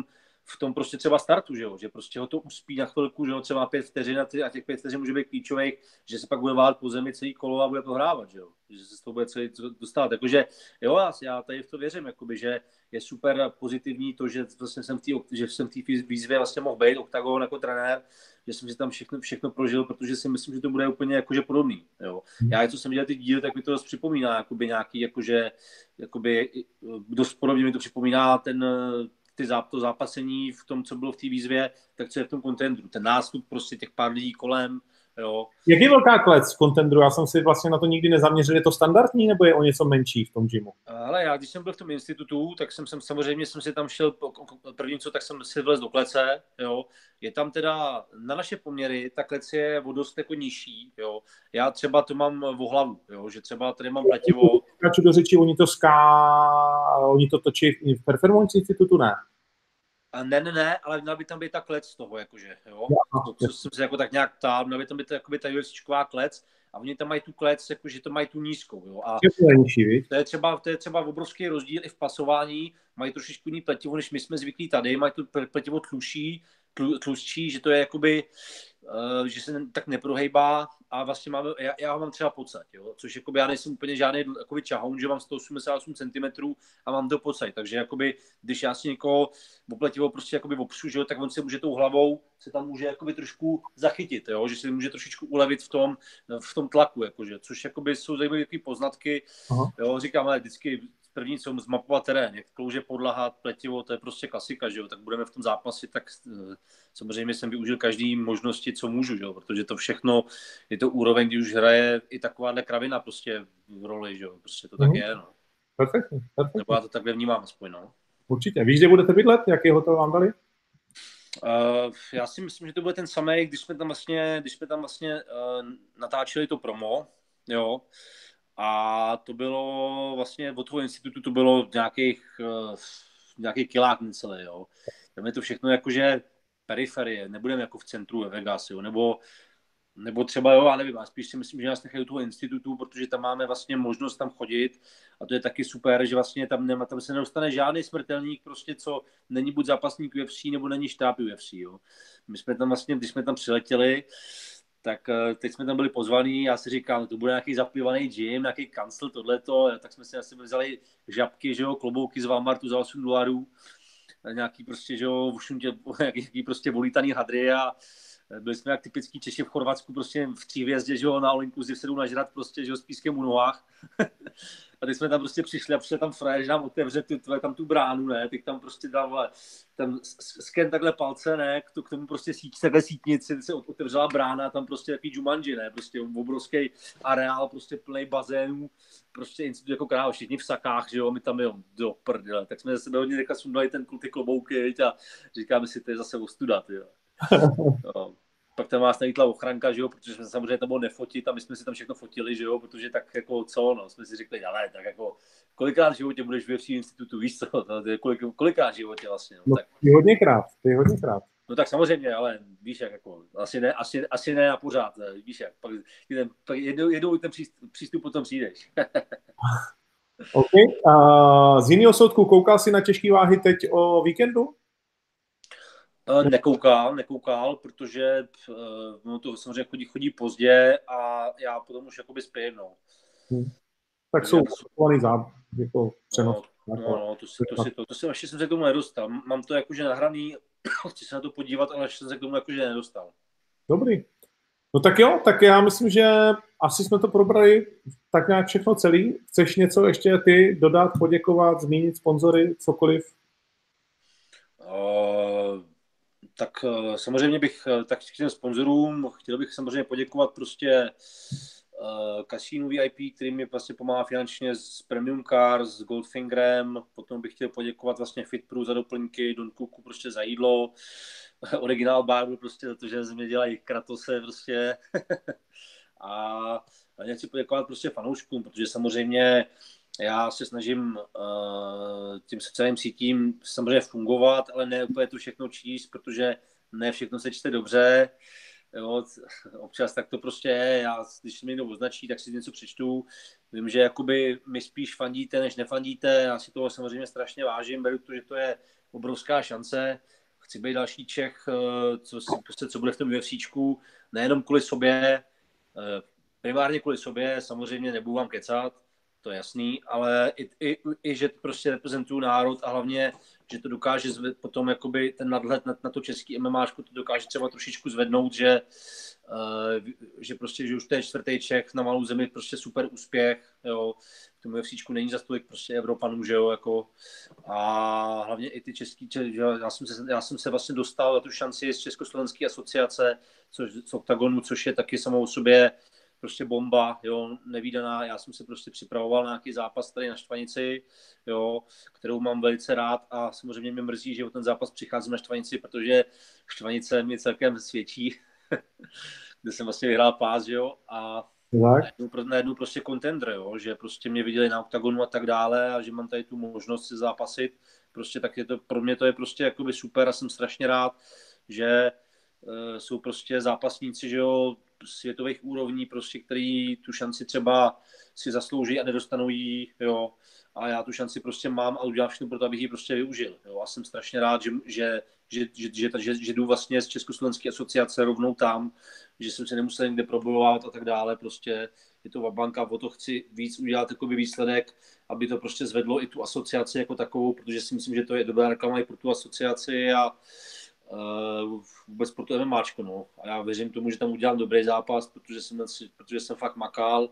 v tom prostě třeba startu, že prostě ho to uspí na chvilku, že ho třeba 5 vteřin a těch 5 vteřin může být klíčových, že se pak bude válet po zemi celý kolo a bude prohrávat, že se z toho bude celý dostat. Jakože jo, já tady v to věřím, jakoby, že je super pozitivní to, že vlastně jsem v té výzvě vlastně mohl být oktagon jako trenér, že jsem si tam všechno prožil, protože si myslím, že to bude úplně jakože podobný. Jo. Já, co jsem dělal ty díly, tak mi to dost připomíná, jakoby nějaký, jakoby dost podobně mi to připomíná to zápasení v tom, co bylo v té výzvě, tak co je v tom kontendru. Ten nástup prostě těch pár lidí kolem, jo. Jak je velká klec v kontendru? Já jsem si vlastně na to nikdy nezaměřil. Je to standardní, nebo je o něco menší v tom gymu? Ale já, když jsem byl v tom institutu, tak jsem samozřejmě si tam šel první co, tak jsem si vlez do klece, jo. Je tam teda, na naše poměry, ta klec je o dost jako nižší, jo. Já třeba to mám o hlavu, jo, že třeba tady mám pletivo. Skáču do řeči, oni to točí v Performance institutu, ne? Ne, ale měla by tam být ta klec z toho, jakože, jo. To jsem se jako tak nějak ptal, měla by tam být jakoby ta UFCčková klec a oni tam mají tu klec, jakože to mají tu nízkou, jo. A to je třeba obrovský rozdíl i v pasování, mají trošičku jiný pletivo, než my jsme zvyklí tady, mají tu pletivo tlustší, že to je jakoby, že se tak neprohejbá a vlastně já ho mám třeba pocať, jo, což jakoby já nejsem úplně žádný jakoby čahoun, že mám 188 cm a mám to pocať, takže jakoby, když já si někoho opletivo prostě jakoby opřu, že jo, tak on se může tou hlavou se tam může jakoby trošku zachytit, jo, že si může trošičku ulevit v tom tlaku, jakože, což jakoby jsou zajímavé poznatky, jo, říkám, ale vždycky první, co zmapovat terén, jak klouže podlaha, pletivo, to je prostě klasika, že jo, tak budeme v tom zápase, tak samozřejmě jsem využil každý možnosti, co můžu, že jo, protože to všechno je to úroveň, kdy už hraje i takováhle kravina prostě v roli, že jo, prostě to tak je, no. Perfektně. Nebo já to takhle vnímám aspoň, no. Určitě. Víš, kde budete bydlet? Jaký hotel vám dali? Já si myslím, že to bude ten samý, když jsme tam vlastně natáčeli to promo, jo, a to bylo vlastně od toho institutu, to bylo v nějakých kilách necelé, jo. Tam je to všechno jakože periferie, nebudeme jako v centru ve Vegas, jo, nebo třeba, jo, já nevím, já spíš si myslím, že nás nechají do toho institutu, protože tam máme vlastně možnost tam chodit a to je taky super, že vlastně tam se nedostane žádný smrtelník, prostě co není buď zápasník UFC, nebo není štáb UFC, jo. My jsme tam vlastně, když jsme tam přiletěli, tak teď jsme tam byli pozvaní, já si říkám, to bude nějaký zaplivaný gym, nějaký kancel, tohleto, tak jsme si asi vzali žabky, že jo, klobouky z Walmartu za $8, nějaký prostě, že jo, nějaký prostě volítaný hadry a byli jsme jak typický Češi v Chorvatsku, prostě v 3 hvězdě, že jo, na all inclusive se jdou nažrat prostě, že jo, s pískem u nohách. A teď jsme tam prostě přišli a přišel tam frajer, že nám otevře tam tu bránu, ne, teď tam prostě dal tam sken takhle palce, ne, k tomu prostě takhle sítnici, se otevřela brána a tam prostě takový Jumanji, ne, prostě obrovský areál, prostě plný bazénů, prostě institut jako král, všichni v sakách, že jo, my tam jo, do prdele, tak jsme ze sebe hodně teďka sundali ty klobouky, a říkáme si, to je zase ostuda, jo. No. Pak tam vás najítla ochranka, že jo, protože jsme samozřejmě tam mohli nefotit a my jsme si tam všechno fotili, že jo, protože tak jako co, no, jsme si řekli, ale tak jako kolikrát v životě budeš v UFC institutu, víš co, to je kolikrát v životě vlastně, no, tak. Ty hodněkrát. No tak samozřejmě, ale víš jak, jako, asi ne na pořád, víš jak, pak jednou ten přístup potom přijdeš. OK, z jiného soudku koukal jsi na těžké váhy teď o víkendu? Nekoukal, protože no to samozřejmě chodí pozdě a já potom už jakoby spím, no. Tak jsou opakovaný jako přenos. No, to jsem ještě jsem se k tomu nedostal. Mám to jakože nahraný, chci se na to podívat, ale ještě jsem se k tomu jakože nedostal. Dobrý. No tak jo, tak já myslím, že asi jsme to probrali tak nějak všechno celý. Chceš něco ještě ty dodat, poděkovat, zmínit sponzory, cokoliv? Tak samozřejmě bych tak k těm sponzorům chtěl bych samozřejmě poděkovat prostě Casino VIP, který mi vlastně pomáhá finančně s Premium Cars, s Goldfingerem, potom bych chtěl poděkovat vlastně FitPro za doplňky, Don Cooku prostě za jídlo, Original Barber prostě za to, že ze mě dělají kratose prostě a chci poděkovat prostě fanouškům, protože samozřejmě já se snažím tím sociálním sítím samozřejmě fungovat, ale ne úplně to všechno číst, protože ne všechno se čte dobře. Jo, občas tak to prostě je. Já, když mi někdo označí, tak si něco přečtu. Vím, že jakoby mi spíš fandíte, než nefandíte. Já si toho samozřejmě strašně vážím. Beru to, že to je obrovská šance. chci být další Čech, co bude v tom UFCčku, nejenom kvůli sobě, primárně kvůli sobě, samozřejmě nebudu vám kecat, to je jasný, ale i že prostě reprezentuju národ a hlavně, že to dokáže potom jakoby ten nadhled na to český MMAčko to dokáže třeba trošičku zvednout, že prostě, že už to je 4. Čech na malou zemi, prostě super úspěch, jo, v tom UFCčku není za tolik prostě Evropanů, že jo, jako a hlavně i ty český, že já jsem se vlastně dostal na tu šanci z Československé asociace, z Octagonu, což je taky samou sobě prostě bomba, jo, nevídaná. Já jsem se prostě připravoval na nějaký zápas tady na Štvanici, jo, kterou mám velice rád a samozřejmě mě mrzí, že o ten zápas přicházím na Štvanici, protože Štvanice mi celkem svědčí, kde jsem vlastně vyhrál pás, jo, a najednou prostě contender, jo, že prostě mě viděli na Octagonu a tak dále a že mám tady tu možnost si zápasit, prostě tak je to, pro mě to je prostě jakoby super a jsem strašně rád, že jsou prostě zápasníci, že jo, světových úrovní, prostě, který tu šanci třeba si zaslouží a nedostanou ji, jo. A já tu šanci prostě mám a udělám všechno pro to, abych ji prostě využil, jo. A jsem strašně rád, že jdu vlastně z Československé asociace rovnou tam, že jsem se nemusel někde probojovat a tak dále, prostě je to vabanka, o to chci víc udělat takový výsledek, aby to prostě zvedlo i tu asociaci jako takovou, protože si myslím, že to je dobrá reklama i pro tu asociaci a vůbec pro to MMAčko, no. A já věřím tomu, že tam udělám dobrý zápas, protože jsem fakt makal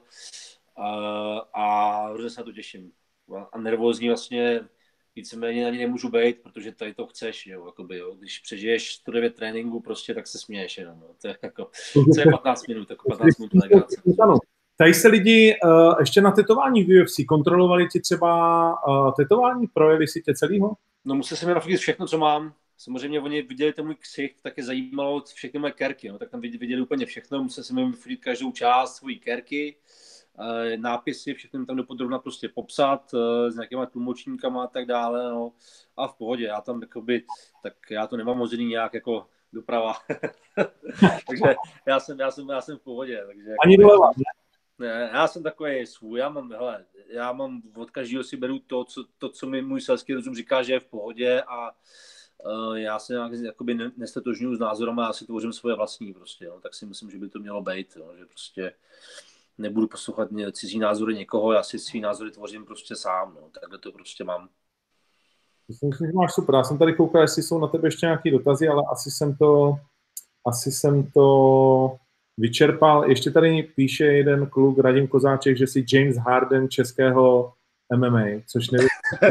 a hrozně se na to těším. A nervózní vlastně víceméně ani nemůžu být, protože tady to chceš, jo, jakoby, jo. Když přežiješ 109 tréninku, prostě tak se směješ jenom, no. To je jako, co je 15 minut, jako 15 minut legrace. Tady se lidi ještě na tetování v UFC kontrolovali ti třeba tetování, projeli si tě celýho? No musel jsem nafotit všechno, co mám. Samozřejmě oni viděli ten můj ksicht, tak je zajímalo všechny moje kerky, no, tak tam viděli úplně všechno, musel jsem jim vyfotit každou část svojí kerky, nápisy, všechno tam dopodrobna prostě popsat s nějakýma tlumočníkama a tak dále, no, a v pohodě, já tam jakoby, tak já to nemám hozený nějak jako doprava, takže já jsem v pohodě, takže jako, ani doleva, ne, já jsem takový svůj, já mám od každého si beru to, co mi můj selský rozum říká, že je v pohodě a já se jakoby nestatožňuji s názorem a já si tvořím svoje vlastní prostě, no, tak si myslím, že by to mělo být, no, že prostě nebudu poslouchat cizí názory někoho, já si svý názory tvořím prostě sám, no, takhle to prostě mám. Myslím, že máš super, já jsem tady koukal, jestli jsou na tebe ještě nějaké dotazy, ale asi jsem to vyčerpal. Ještě tady píše jeden kluk, Radim Kozáček, že si James Harden českého MMA, což nevím.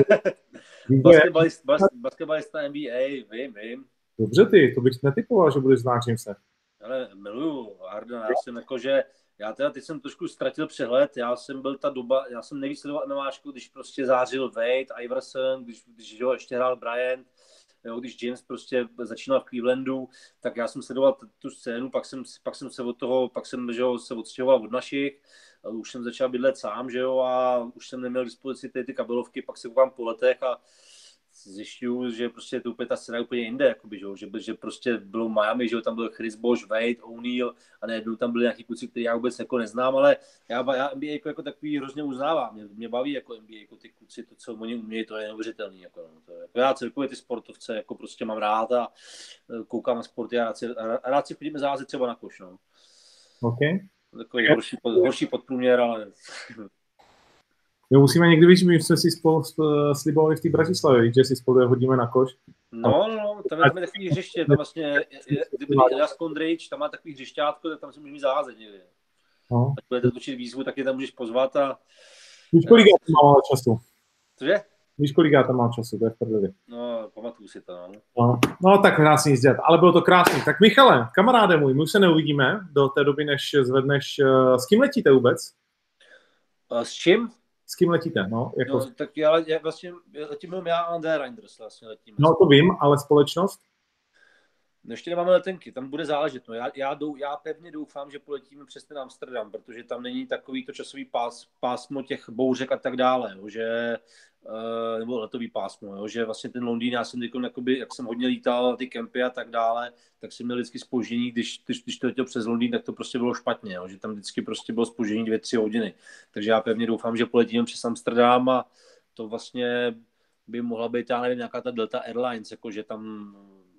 Basketbalista NBA, vím. Dobře ty, to bych netypoval, že budeš znát Jamese. Ale miluju Hardena, já jsem jako, že já teda teď jsem trošku ztratil přehled, já jsem nejvíc sledoval MMAčku, když prostě zářil Wade, Iverson, když ho ještě hrál Bryant, jo, když James prostě začínal v Clevelandu, tak já jsem sledoval tu scénu, pak jsem se odstěhoval od našich, už jsem začal bydlet sám, že jo, a už jsem neměl k dispozici ty kabelovky, pak se koukám po letech a zjišťuju, že prostě to úplně ta scéna úplně jinde, jakoby, že prostě bylo Miami, že jo, tam byl Chris Bosh, Wade, O'Neal a najednou tam byli nějaký kluci, který já vůbec jako neznám, ale já NBA jako takový hrozně uznávám, mě baví jako NBA, jako ty kluci, to, co oni umějí, to je neuvěřitelný, jako, no, to je, jako já celkově ty sportovce jako prostě mám rád a koukám na sporty a rád si chodíme zázet třeba na koš, no. Okay. Takový horší podprůměr, ale... My musíme někdy víc, my jsme si spolu slibovali v té Bratislavě, že si spolu hodíme na koš. No, tam je takový hřiště, tam vlastně, kdyby Elias Kondrič, tam má takový hřišťátko, tak tam si můžeme zaházet někdy. No. Až budete točit výzvu, tak je tam můžeš pozvat a... Víš, kolik já tam mám času? Cože? Víš, kolik já tam mám času, to je v prdeli. No, pamatuju si to, no. No, tak nás nic dělat, ale bylo to krásný. Tak Michale, kamaráde můj, my už se neuvidíme do té doby, než zvedneš... S kým letíte vůbec? S čím? S kým letíte? No, jako... No, tak já vlastně letím jenom já a André Reinders vlastně letím. No, to vím, ale společnost? No, ještě nemáme letenky, tam bude záležet. No, já pevně doufám, že poletíme přes ten Amsterdam, protože tam není takový to časový pásmo těch bouřek a tak dále, jo, že, nebo letový pásmo, jo, že vlastně ten Londýn, já jsem teďko, jak jsem hodně lítal ty kempy a tak dále, tak jsem měl vždycky zpoždění, když to letěl přes Londýn, tak to prostě bylo špatně, jo, že tam vždycky prostě bylo zpoždění 2-3 hodiny. Takže já pevně doufám, že poletíme přes Amsterdam a to vlastně by mohla být, já nevím, nějaká ta Delta Airlines, jakože tam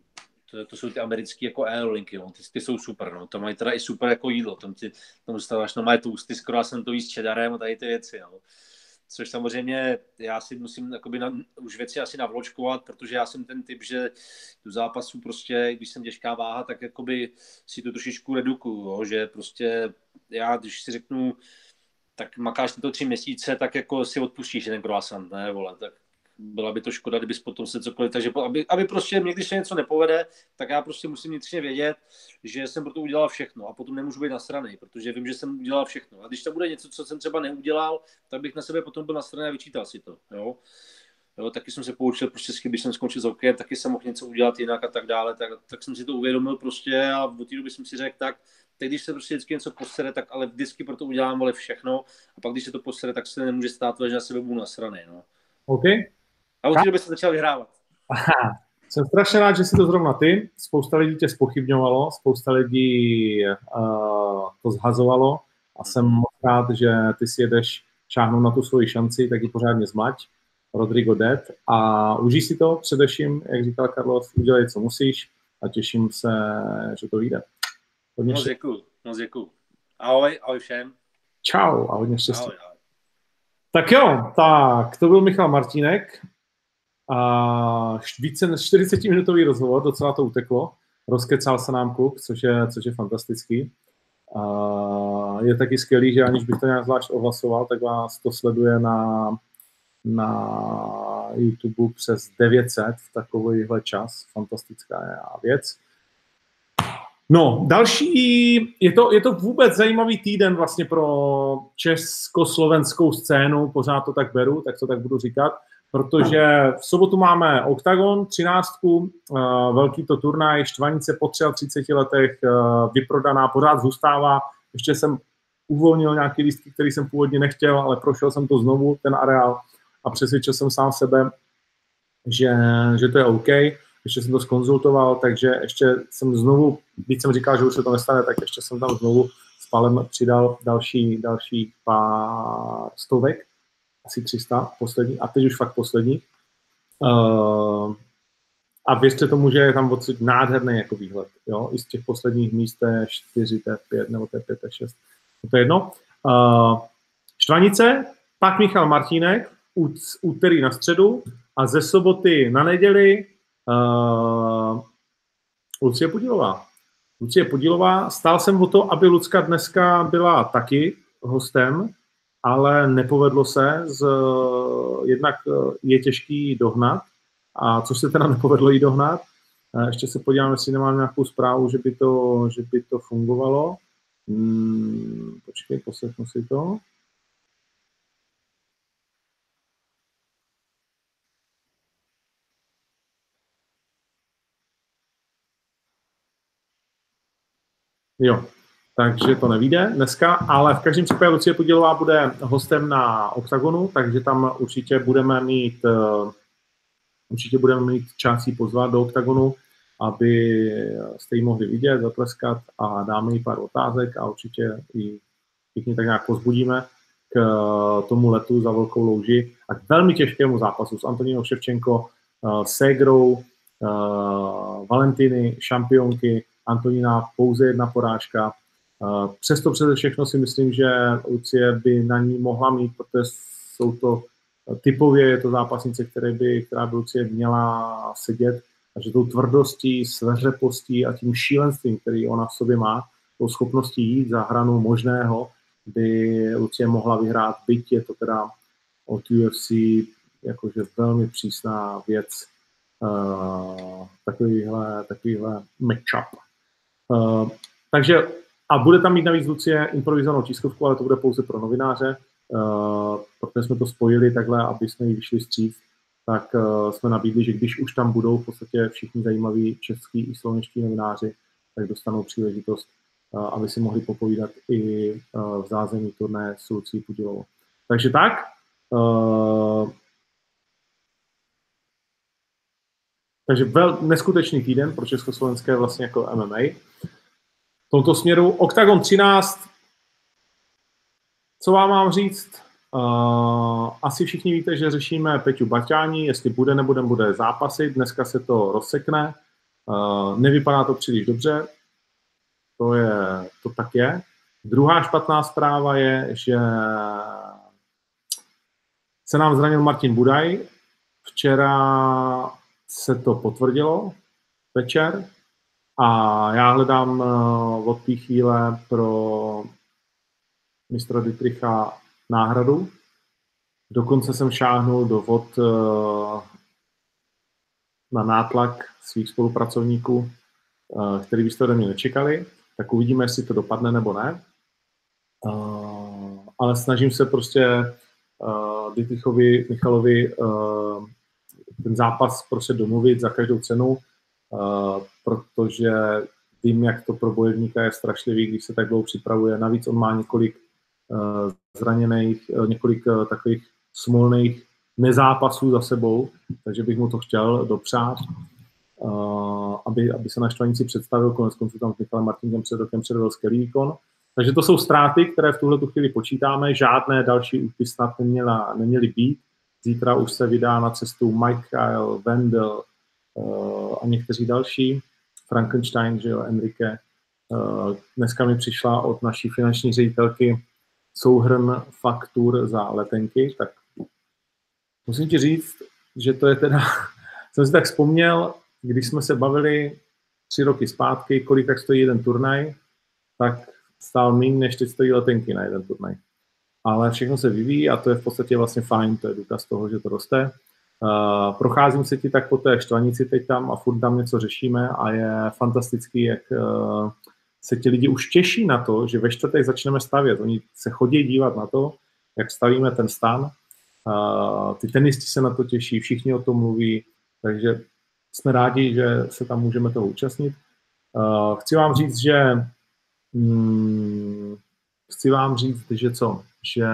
To jsou ty americké jako aerolinky, no. Ty jsou super, no. To mají teda i super jako jídlo, tam dostáváš, no mají tousty s croissantový s cheddarem a tady ty věci, no. Což samozřejmě já si musím už věci asi navločkovat, protože já jsem ten typ, že do zápasu prostě, když jsem těžká váha, tak jakoby si to trošičku redukuju, jo? Že prostě já, když si řeknu, tak makáš to 3 měsíce, tak jako si odpustíš ten croissant, ne, vole, tak byla by to škoda, kdybys potom se cokoliv, takže aby prostě mě, když se něco nepovede, tak já prostě musím vnitřně vědět, že jsem pro to udělal všechno a potom nemůžu být nasranej, protože vím, že jsem udělal všechno. A když to bude něco, co jsem třeba neudělal, tak bych na sebe potom byl nasranej a vyčítal si to, jo. Jo, taky jsem se poučil, prostě když jsem skončil s hokejem, taky jsem mohl něco udělat jinak a tak dále, tak jsem si to uvědomil prostě a od té doby jsem si řekl, tak teď, když se prostě vždycky něco posere, tak ale vždycky pro to udělám ale všechno a pak, když se to posere, tak se nemůže stát, že na sebe budu nasranej, no. OK. A od té doby se začal vyhrávat. Aha. Jsem strašně rád, že jsi to zrovna ty. Spousta lidí tě zpochybňovalo, spousta lidí to zhazovalo a jsem moc rád, že ty si jedeš šáhnout na tu svoji šanci, tak ji pořádně zmlať. Rodrigo Dead a užij si to, především, jak říkal Carlos, udělej, co musíš a těším se, že to vyjde. Moc děkuju. Ahoj všem. Čau a hodně štěstí. Ahoj. Tak jo, tak to byl Michal Martínek a více než 40-minutový rozhovor, docela to uteklo. Rozkecal se nám kluk, což je fantastický. A je taky skvělý, že aniž bych to nějak zvlášť ohlasoval, tak vás to sleduje na YouTube přes 900 v takovýhle čas. Fantastická věc. No, další, je to vůbec zajímavý týden vlastně pro československou scénu, pořád to tak beru, tak to tak budu říkat, protože v sobotu máme Octagon 13, velký to turnaj, Štvanice po 33 letech, vyprodaná, pořád zůstává, ještě jsem uvolnil nějaký lístky, který jsem původně nechtěl, ale prošel jsem to znovu, ten areál, a přesvědčil jsem sám sebe, že to je OK. Ještě jsem to zkonzultoval, takže ještě jsem znovu, když jsem říkal, že už se to nestane, tak ještě jsem tam znovu s Palem přidal další pár stovek, asi 300, poslední, a teď už fakt poslední. A věřte tomu, že je tam odsud nádherný jako výhled. Jo? I z těch posledních míst T4, T5 nebo T5, T6. To je jedno. Štvanice, pak Michal Martínek, úterý na středu a ze soboty na neděli Lucie Podílová. Stál jsem o to, aby Lucka dneska byla taky hostem, ale nepovedlo se. Jednak je těžký dohnat, a což se teda nepovedlo jí dohnat. Ještě se podívám, jestli nemám nějakou zprávu, že by to fungovalo. Počkej, poslechnu si to. Jo, takže to nevyjde dneska, ale v každém případě Lucie Podílová bude hostem na Octagonu, takže tam určitě budeme mít čas jí pozvat do Octagonu, aby jste ji mohli vidět, zatleskat a dáme jí pár otázek a určitě ji všichni tak nějak pozbudíme k tomu letu za Velkou louži a k velmi těžkému zápasu s Antonínou Ševčenko, Segrou, Valentiny, šampionky, Antonína pouze 1 porážka. Přesto přeze všechno si myslím, že Lucie by na ní mohla mít, protože jsou to typově, je to zápasnice, která by Lucie měla sedět, a že tou tvrdostí, sveřepostí a tím šílenstvím, který ona v sobě má, tou schopností jít za hranu možného, by Lucie mohla vyhrát, byť je to teda od UFC jakože velmi přísná věc, takovýhle matchup. Takže a bude tam mít navíc Lucie improvizovanou tiskovku, ale to bude pouze pro novináře, protože jsme to spojili takhle, aby jsme jí vyšli vstříc, tak jsme nabídli, že když už tam budou v podstatě všichni zajímaví český i slovenští novináři, tak dostanou příležitost, aby si mohli popovídat i v zázemí turné s Lucí Podílovou. Takže tak. Takže neskutečný týden pro československé vlastně jako MMA. V tomto směru Octagon 13. Co vám mám říct? Asi všichni víte, že řešíme Peťu Baťání, jestli bude zápasit. Dneska se to rozsekne. Nevypadá to příliš dobře, to tak je. Druhá špatná zpráva je, že se nám zranil Martin Budaj. Včera se to potvrdilo večer a já hledám od té chvíle pro mistra Dietricha náhradu. Dokonce jsem šáhnul do vod na nátlak svých spolupracovníků, který byste ode mě nečekali, tak uvidíme, jestli to dopadne nebo ne. Ale snažím se prostě Dietrichovi Michalovi ten zápas prostě domluvit za každou cenu, protože vím, jak to pro bojovníka je strašlivý, když se tak dlouho připravuje. Navíc on má několik zraněných, několik takových smolných nezápasů za sebou, takže bych mu to chtěl dopřát, aby se na Štvanici představil, konec konců tam s Michalem Martinkem před rokem předvedl skvělý výkon. Takže to jsou ztráty, které v tuhle chvíli počítáme, žádné další úty snad neměly být. Zítra už se vydá na cestu Michael, Wendel a někteří další, Frankenstein, že jo, Enrique. Dneska mi přišla od naší finanční ředitelky souhrn faktur za letenky, tak musím ti říct, že to je teda, jsem si tak vzpomněl, když jsme se bavili 3 roky zpátky, kolik tak stojí jeden turnaj, tak stál méně, než teď stojí letenky na jeden turnaj. Ale všechno se vyvíjí a to je v podstatě vlastně fajn, to je důkaz toho, že to roste. Procházím se ti tak po té Štvanici teď tam a furt tam něco řešíme a je fantastický, jak se ti lidi už těší na to, že ve čtvrtek začneme stavět. Oni se chodí dívat na to, jak stavíme ten stan. Ty tenisti se na to těší, všichni o tom mluví, takže jsme rádi, že se tam můžeme toho účastnit. Chci vám říct, že že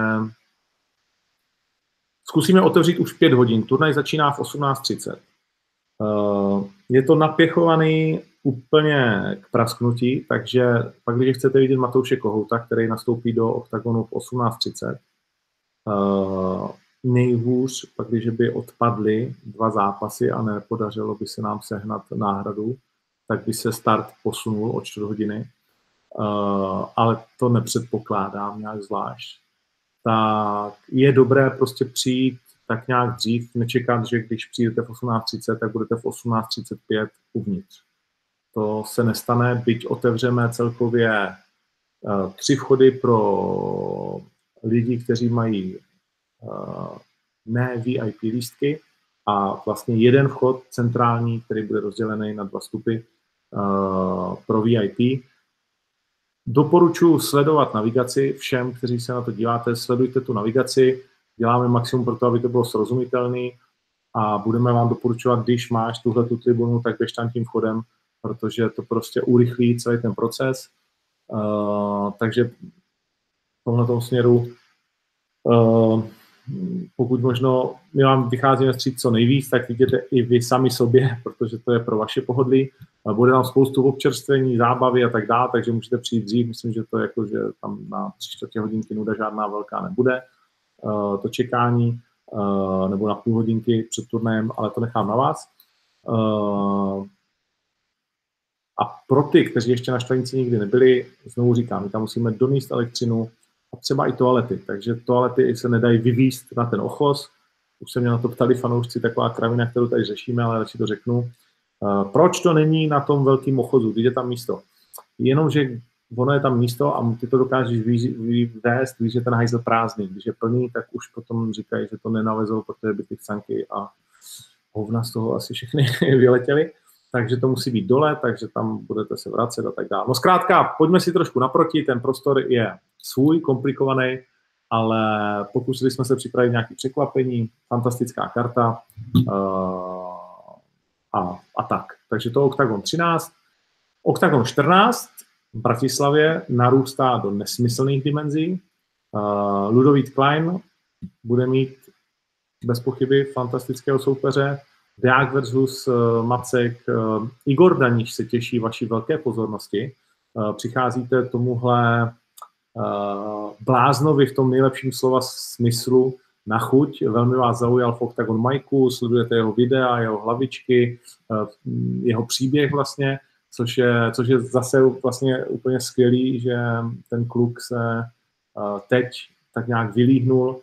zkusíme otevřít už 5 hodin. Turnaj začíná v 18:30. Je to napěchovaný úplně k prasknutí, takže pak, když chcete vidět Matouše Kohouta, který nastoupí do oktagonu v 18:30, nejhůř, pak když by odpadly 2 zápasy a nepodařilo by se nám sehnat náhradu, tak by se start posunul o 4 hodiny. Ale to nepředpokládám nějak zvlášť. Tak je dobré prostě přijít tak nějak dřív, nečekat, že když přijdete v 18:30, tak budete v 18:35 uvnitř. To se nestane, byť otevřeme celkově 3 vchody pro lidi, kteří mají ne VIP lístky a vlastně jeden vchod centrální, který bude rozdělený na 2 vstupy pro VIP. Doporučuji sledovat navigaci všem, kteří se na to díváte, sledujte tu navigaci, děláme maximum pro to, aby to bylo srozumitelné a budeme vám doporučovat, když máš tuhletu tribunu, tak běž tam tím vchodem, protože to prostě urychlí celý ten proces. Takže v tomhletom směru pokud možno my vám vycházíme vstříc co nejvíc, tak vidíte i vy sami sobě, protože to je pro vaše pohodlí. Bude tam spoustu občerstvení, zábavy a tak dále, takže můžete přijít dřív. Myslím, že to jako, že tam na 3/4 hodinky nuda žádná velká nebude. To čekání, nebo na půl hodinky před turnajem, ale to nechám na vás. A pro ty, kteří ještě na Štvanici nikdy nebyli, znovu říkám, my tam musíme donést elektřinu a třeba i toalety, takže toalety se nedají vyvízt na ten ochos. Už se mě na to ptali fanoušci, taková kravina, kterou tady řešíme, ale radši to řeknu. Proč to není na tom velkém ochozu, když je tam místo? Jenomže ono je tam místo a ty to dokážeš vyvést, když je ten hajzl prázdný. Když je plný, tak už potom říkají, že to nenavezou, protože by ty chcanky a hovna z toho asi všechny vyletěly. Takže to musí být dole, takže tam budete se vracet a tak dále. No zkrátka, pojďme si trošku naproti, ten prostor je svůj, komplikovaný, ale pokusili jsme se připravit nějaké překvapení, fantastická karta a tak. Takže to Oktagon 13. Oktagon 14 v Bratislavě narůstá do nesmyslných dimenzí. Ludovít Klein bude mít bez pochyby fantastického soupeře. Deák versus Macek. Igor Daníš se těší vaší velké pozornosti. Přicházíte tomuhle bláznovi v tom nejlepším slova smyslu na chuť. Velmi vás zaujal v Octagon Mike'u, sledujete jeho videa, jeho hlavičky, jeho příběh vlastně, což je zase vlastně úplně skvělý, že ten kluk se teď tak nějak vylíhnul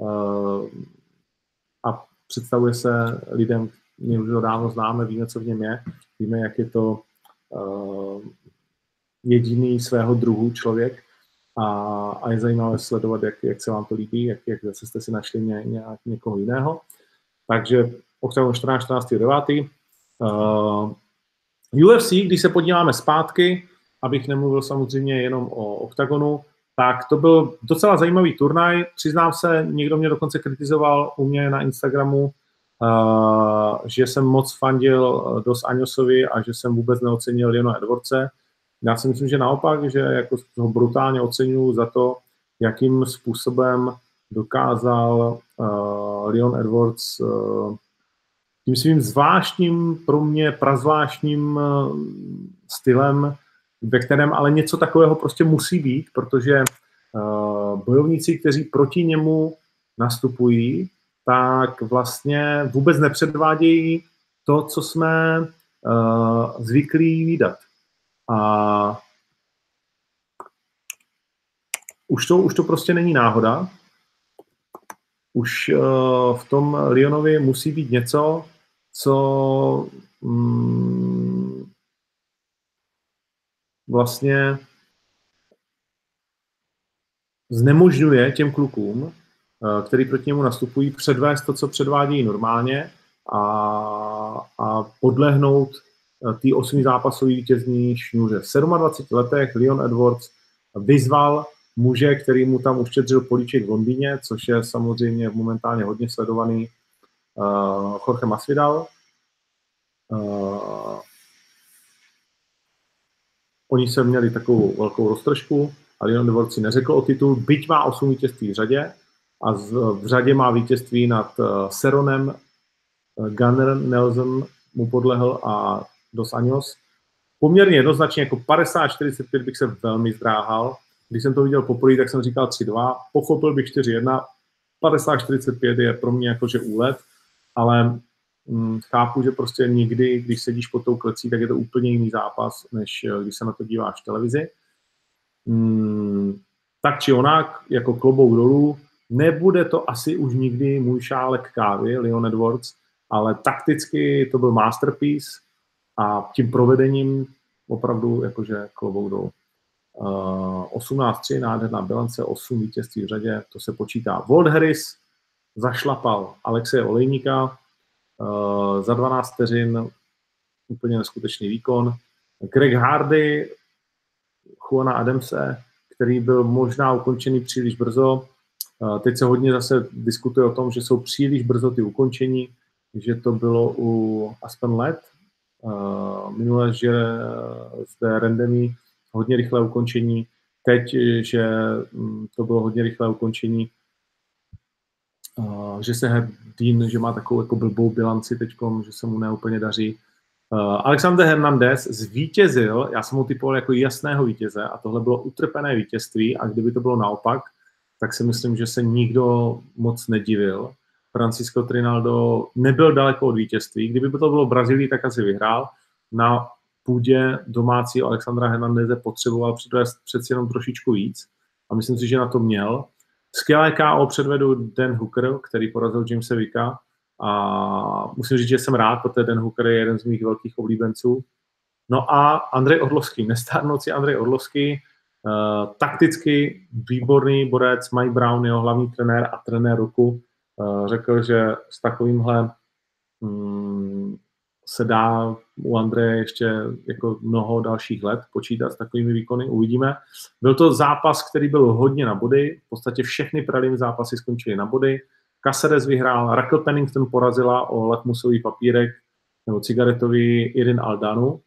a představuje se lidem, my už ho dávno známe, víme, co v něm je, víme, jak je to jediný svého druhu člověk a je zajímavé sledovat, jak se vám to líbí, jak zase jste si našli někoho jiného. Takže Octagon 14.9. UFC, když se podíváme zpátky, abych nemluvil samozřejmě jenom o Octagonu, tak to byl docela zajímavý turnaj. Přiznám se, někdo mě dokonce kritizoval u mě na Instagramu, že jsem moc fandil Dos Anjosovi a že jsem vůbec neocenil Leona Edwardse. Já si myslím, že naopak, že jako ho brutálně oceňuji za to, jakým způsobem dokázal Leon Edwards tím svým zvláštním, pro mě prazvláštním stylem, ve kterém ale něco takového prostě musí být, protože bojovníci, kteří proti němu nastupují, tak vlastně vůbec nepředvádějí to, co jsme zvyklí vidět. A už to prostě není náhoda. Už v tom Leonovi musí být něco, co vlastně znemožňuje těm klukům, který proti němu nastupují, předvést to, co předvádějí normálně a podlehnout té 8 zápasové vítězní šňůře. V 27 letech Leon Edwards vyzval muže, který mu tam uštědřil políček v Londýně, což je samozřejmě momentálně hodně sledovaný Jorge Masvidal. Oni se měli takovou velkou roztržku a Leon Edwards si neřekl o titul, byť má 8 vítězství v řadě a v řadě má vítězství nad Seronem, Gunnar Nelson mu podlehl a Dos Anjos. Poměrně jednoznačně jako 50-45 bych se velmi zdráhal. Když jsem to viděl poprvé, tak jsem říkal 3-2, pochopil bych 4-1, 50-45 je pro mě jakože úlet, ale chápu, že prostě někdy, když sedíš pod tou klecí, tak je to úplně jiný zápas, než když se na to díváš v televizi. Tak či onak, jako klobouk dolů, nebude to asi už nikdy můj šálek kávy, Leon Edwards, ale takticky to byl masterpiece a tím provedením opravdu jakože klobouk dolů. 18-3, nádherná bilance, 8 vítězství v řadě, to se počítá. Walt Harris zašlapal Alexeje Olejníka za 12 vteřin, úplně neskutečný výkon. Greg Hardy, Juana Adamse, který byl možná ukončený příliš brzo. Teď se hodně zase diskutuje o tom, že jsou příliš brzo ty ukončení, že to bylo u Aspen Ladd. Minule, že zde Randemi hodně rychlé ukončení. Teď, že to bylo hodně rychlé ukončení, že se Dean, že má takovou jako blbou bilanci teďkom, že se mu neúplně daří. Alexander Hernandez zvítězil, já jsem ho typoval jako jasného vítěze a tohle bylo utrpené vítězství a kdyby to bylo naopak, tak si myslím, že se nikdo moc nedivil. Francisco Trinaldo nebyl daleko od vítězství. Kdyby to bylo v Brazílii, tak asi vyhrál. Na půdě domácího Alexandra Hernandeze potřeboval přeci jenom trošičku víc a myslím si, že na to měl. Skvělé KO předvedl Dan Hooker, který porazil Jamesa Vicka a musím říct, že jsem rád, protože Dan Hooker je jeden z mých velkých oblíbenců. No a Andrej Orlovský, nestárnoucí Andrej Orlovský, takticky výborný borec, Mike Brown, jeho hlavní trenér a trenér roku, řekl, že s takovýmhle se dá u Andreje ještě jako mnoho dalších let počítat s takovými výkony, uvidíme. Byl to zápas, který byl hodně na body, v podstatě všechny prelim zápasy skončily na body. Caceres vyhrál, Raquel Pennington porazila o lakmusový papírek nebo cigaretový Irene Aldanu.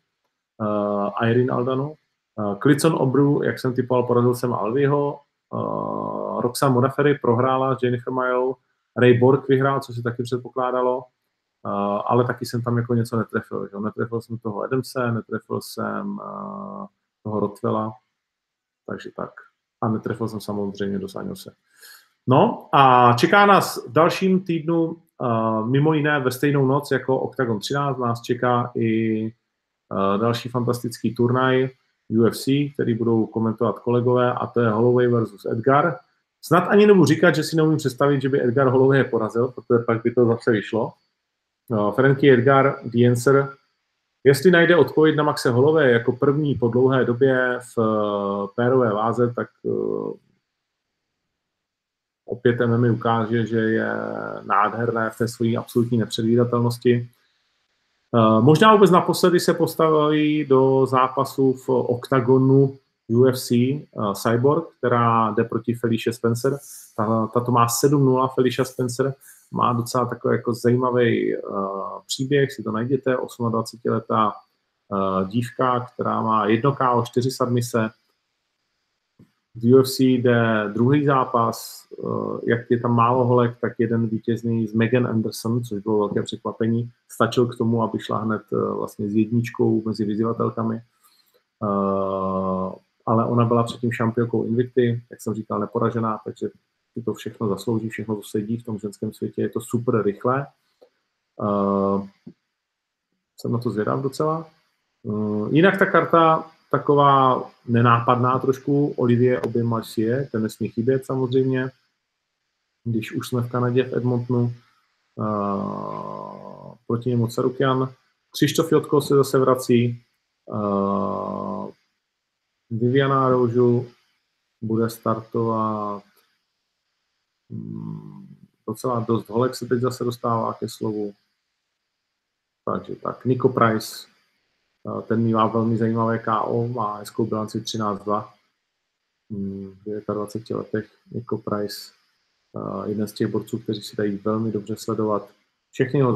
Clison Obru, jak jsem typoval, porazil jsem Alviho. Roxanne Modafferi prohrála s Jennifer Mayou. Ray Borg vyhrál, co se taky předpokládalo. Ale taky jsem tam jako něco netrefil. Že? Netrefil jsem toho Adamse, netrefil jsem toho Rothwella, takže tak. A netrefil jsem samozřejmě Dos Anjose. No a čeká nás v dalším týdnu, mimo jiné ve stejnou noc jako Octagon 13, nás čeká i další fantastický turnaj UFC, který budou komentovat kolegové, a to je Holloway versus Edgar. Snad ani nebudu říkat, že si neumím představit, že by Edgar Holloway porazil, protože pak by to zase vyšlo. Frankie Edgar, The Answer. Jestli najde odpověď na Maxe Holloway jako první po dlouhé době v pérové váze, tak opět MMA ukáže, že je nádherné v té své absolutní nepředvídatelnosti. Možná vůbec naposledy se postaví do zápasu v oktagonu UFC Cyborg, která jde proti Felicia Spencer. Tato má 7-0, Felicia Spencer. Má docela takový jako zajímavý příběh, si to najděte, 28letá dívka, která má 1 KO, 4 submise. V UFC jde druhý zápas, jak je tam málo holek, tak jeden vítězný s Megan Anderson, což bylo velké překvapení. Stačil k tomu, aby šla hned vlastně s jedničkou mezi vyzývatelkami. Ale ona byla předtím šampionkou Invicty, jak jsem říkal, neporažená, takže si to všechno zaslouží, všechno to sedí v tom ženském světě, je to super rychlé. Jsem na to zvědav docela. Jinak ta karta taková nenápadná trošku, Olivier Aubin-Mercier, ten nesmí chybět samozřejmě, když už jsme v Kanadě, v Edmontonu, proti němu Sarukian. Křištof Jotko se zase vrací, Viviana Roužu bude startovat, docela dost holek se teď zase dostává ke slovu. Takže tak, Nico Price, ten mívá velmi zajímavé KO, má hezkou bilanci 13-2. V 29 letech Nico Price, jeden z těch borců, kteří si dají velmi dobře sledovat. Všechny jeho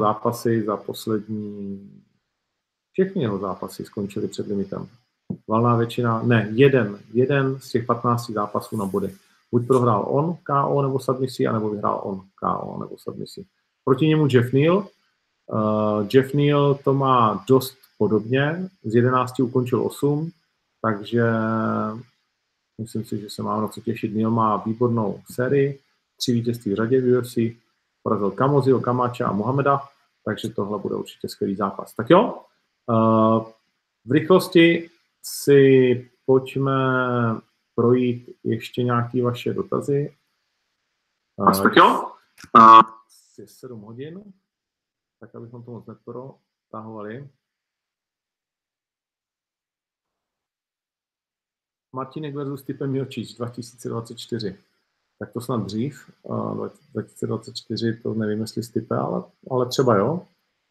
zápasy skončily před limitem. Valná většina, ne, jeden z těch 15 zápasů na body. Buď prohrál on KO nebo submisi, anebo vyhrál on KO nebo submisi. Proti němu Jeff Neal. Jeff Neal to má dost podobně, z 11 ukončil 8, takže myslím si, že se mám na co těšit. Neal má výbornou sérii, 3 vítězství v řadě v UFC, porazil Kamoziho, Kamacha a Mohameda, takže tohle bude určitě skvělý zápas. Tak jo, v rychlosti si pojďme projít ještě nějaké vaše dotazy. Tak jo. Je 7 hodin, tak abychom to moc neprotahovali. Martinek versus Stipe Miocic 2024. Tak to snad dřív. 2024 to nevím, jestli Stipe, ale třeba jo.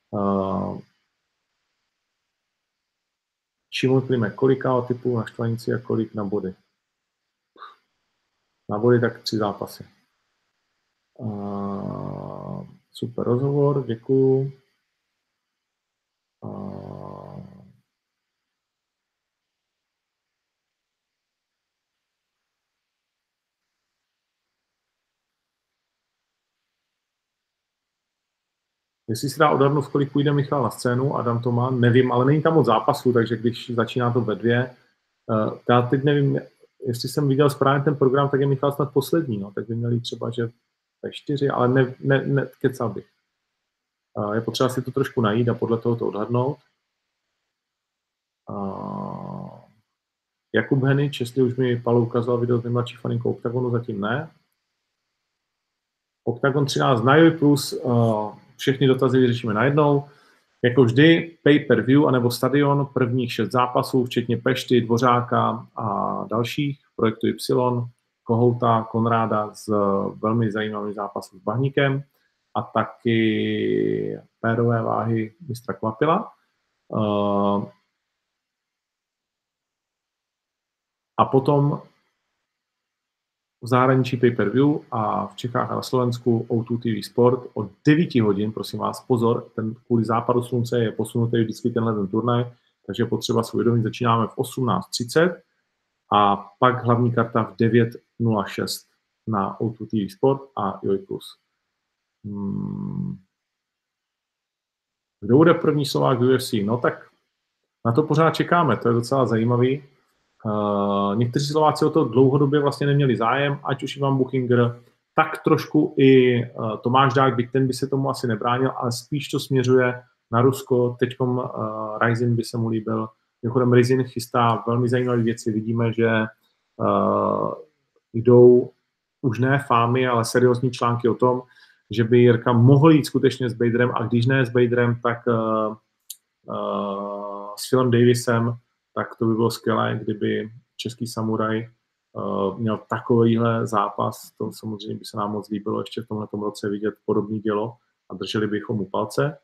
Šimon Klime, kolika typů na štvanici a kolik na body? Na body tak 3 zápasy. Super rozhovor, děkuju. Jestli se dá odhadnout, v kolik půjde Michal na scénu, Adam to má, nevím, ale není tam moc zápasů, takže když začíná to ve 2, já teď nevím, jestli jsem viděl správně ten program, tak je Michal snad poslední, no, tak by měli třeba, že ve 4, ale kecal bych. Je potřeba si to trošku najít a podle toho to odhadnout. Jakub Henič, jestli už mi Paolo ukazoval video s nejmladší faninkou Octagonu, zatím ne. Octagon 13 na Joy Plus, všechny dotazy vyřešíme najednou. Jako vždy, pay-per-view anebo stadion, prvních 6 zápasů, včetně Pešty, Dvořáka a dalších, projektu Y, Kohouta, Konráda s velmi zajímavým zápasem s Bahníkem a taky pérové váhy mistra Kvapila. A potom v zahraničí pay-per-view a v Čechách a na Slovensku O2 TV Sport od 9 hodin, prosím vás, pozor, ten kvůli západu slunce je posunutý vždycky ten turnaj, takže je potřeba si uvědomit, začínáme v 18:30 a pak hlavní karta v 9:06 na O2 TV Sport a Joy Plus. Kdo bude první Slovák v UFC? No tak na to pořád čekáme, to je docela zajímavý. Někteří Slováci o to dlouhodobě vlastně neměli zájem, ať už Ivan Buchinger, tak trošku i Tomáš Dák, byť ten by se tomu asi nebránil, ale spíš to směřuje na Rusko. Teďkom Ryzin by se mu líbil. Mimochodem Ryzin chystá velmi zajímavé věci. Vidíme, že jdou už ne fámy, ale seriózní články o tom, že by Jirka mohl jít skutečně s Baderem a když ne s Baderem, tak s Philem Davisem, tak to by bylo skvělé, kdyby český samuraj měl takovýhle zápas. To samozřejmě by se nám moc líbilo ještě v tomhletom roce vidět podobné dělo a drželi bychom mu palce.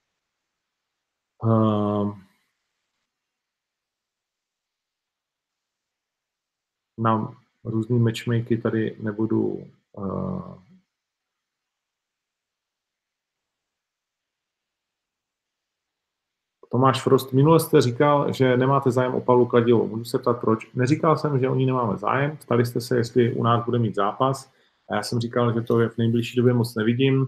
Na různý matchmaky tady nebudu Tomáš Frost, minule jste říkal, že nemáte zájem o Pavlu Kladivou. Můžu se ptát, proč? Neříkal jsem, že o ní nemáme zájem. Ptali jste se, jestli u nás bude mít zápas. A já jsem říkal, že to je v nejbližší době moc nevidím.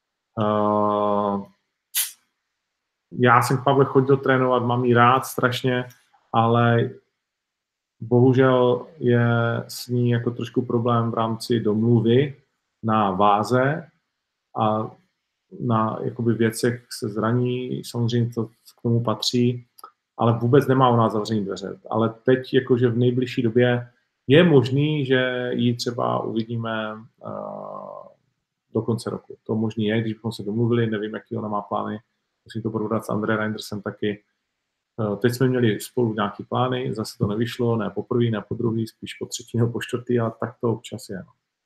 Já jsem k Pavle chodil trénovat, mám jí rád strašně, ale bohužel je s ní jako trošku problém v rámci domluvy na váze a na jakoby věcech se zraní, samozřejmě to k tomu patří, ale vůbec nemá u nás zavřený dveře. Ale teď jakože v nejbližší době je možný, že ji třeba uvidíme do konce roku. To možný je, když bychom se domluvili, nevím, jaký ona má plány, musím to probrat s André Reindersem taky. Teď jsme měli spolu nějaký plány, zase to nevyšlo, ne po první, ne po druhý, spíš po třetí nebo po čtvrtý, ale tak to občas je.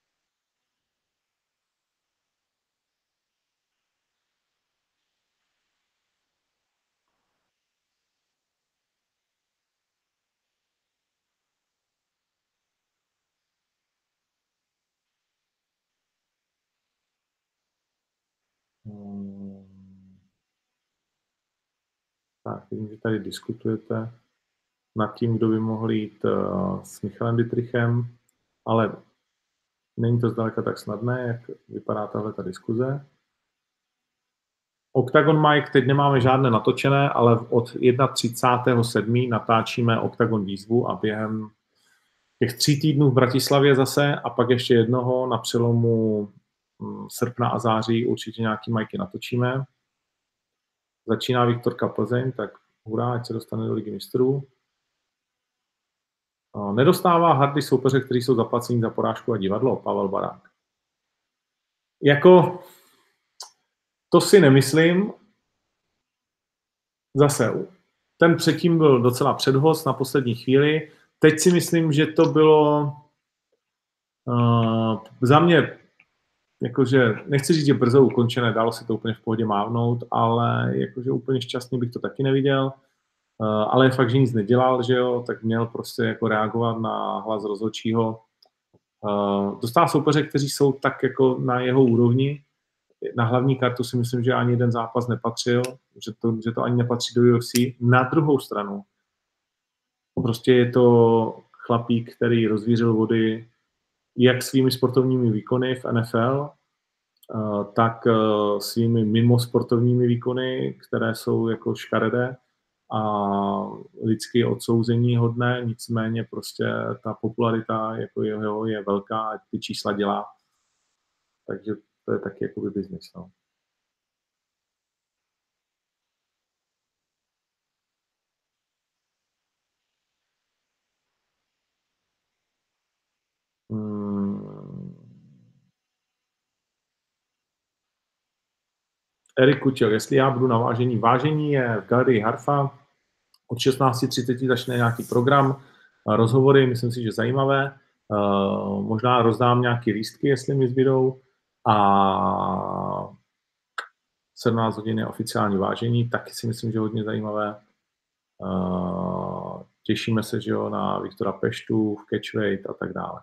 Tak, vidím, že tady diskutujete nad tím, kdo by mohl jít s Michalem Dittrichem, ale není to zdaleka tak snadné, jak vypadá tahleta diskuze. Octagon Mike, teď nemáme žádné natočené, ale od 31.7. natáčíme Octagon výzvu a během těch 3 týdnů v Bratislavě zase a pak ještě jednoho na přelomu srpna a září určitě nějaký Mikey natočíme. Začíná Viktorka Plzeň, tak hurá, ať se dostane do Ligy mistrů. Nedostává Hardy soupeře, kteří jsou zaplacení za porážku a divadlo, Pavel Barák. Jako, to si nemyslím. Zase, ten předtím byl docela předhost na poslední chvíli. Teď si myslím, že to bylo za mě, jakože, nechci říct, že brzo ukončené, dalo se to úplně v pohodě mávnout, ale jakože úplně šťastně bych to taky neviděl. Ale je fakt, že nic nedělal, že jo, tak měl prostě jako reagovat na hlas rozhodčího. Dostal soupeře, kteří jsou tak jako na jeho úrovni. Na hlavní kartu si myslím, že ani jeden zápas nepatřil, že to ani nepatří do UFC. Na druhou stranu, prostě je to chlapík, který rozvířil vody jak svými sportovními výkony v NFL, tak svými mimosportovními výkony, které jsou jako škaredé a lidsky odsouzení hodné, nicméně prostě ta popularita jako jeho je velká a ty čísla dělá. Takže to je taky jakoby biznis. No. Erik Kučel, jestli já budu na vážení. Vážení je v galerii Harfa. Od 16.30 začne nějaký program, rozhovory, myslím si, že zajímavé. Možná rozdám nějaké lístky, jestli mi zbydou. A 17 hodin je oficiální vážení, taky si myslím, že hodně zajímavé. Těšíme se, že jo, na Viktora Peštu, v catchweight a tak dále.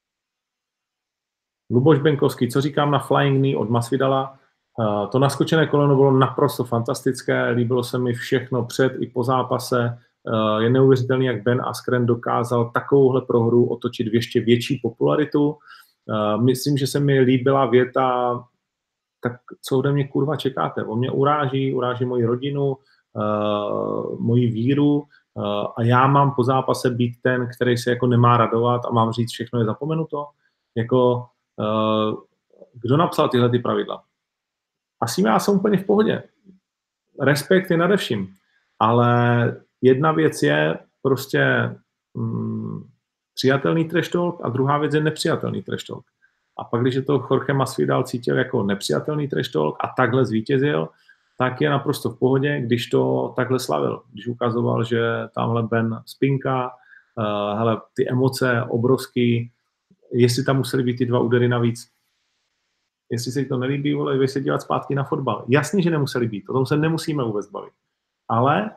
Luboš Benkovský, co říkám na Flying Knee od Masvidala? To naskočené koleno bylo naprosto fantastické, líbilo se mi všechno před i po zápase. Je neuvěřitelný, jak Ben Askren dokázal takovouhle prohru otočit v ještě větší popularitu. Myslím, že se mi líbila věta, tak co ode mě kurva čekáte? On mě uráží moji rodinu, moji víru a já mám po zápase být ten, který se jako nemá radovat a mám říct, všechno je zapomenuto. Jako Kdo napsal tyhle ty pravidla? A s tím já jsem úplně v pohodě. Respekt je nade vším. Ale jedna věc je prostě přijatelný trash talk a druhá věc je nepřijatelný trash talk. A pak, když je to Jorge Masvidal cítil jako nepřijatelný trash talk a takhle zvítězil, tak je naprosto v pohodě, když to takhle slavil. Když ukazoval, že tamhle Ben spinka, hele, ty emoce obrovský, jestli tam museli být ty 2 údery navíc, jestli se jí to nelíbí, vole, se dívat zpátky na fotbal. Jasně, že nemuseli být, o tom se nemusíme vůbec bavit. Ale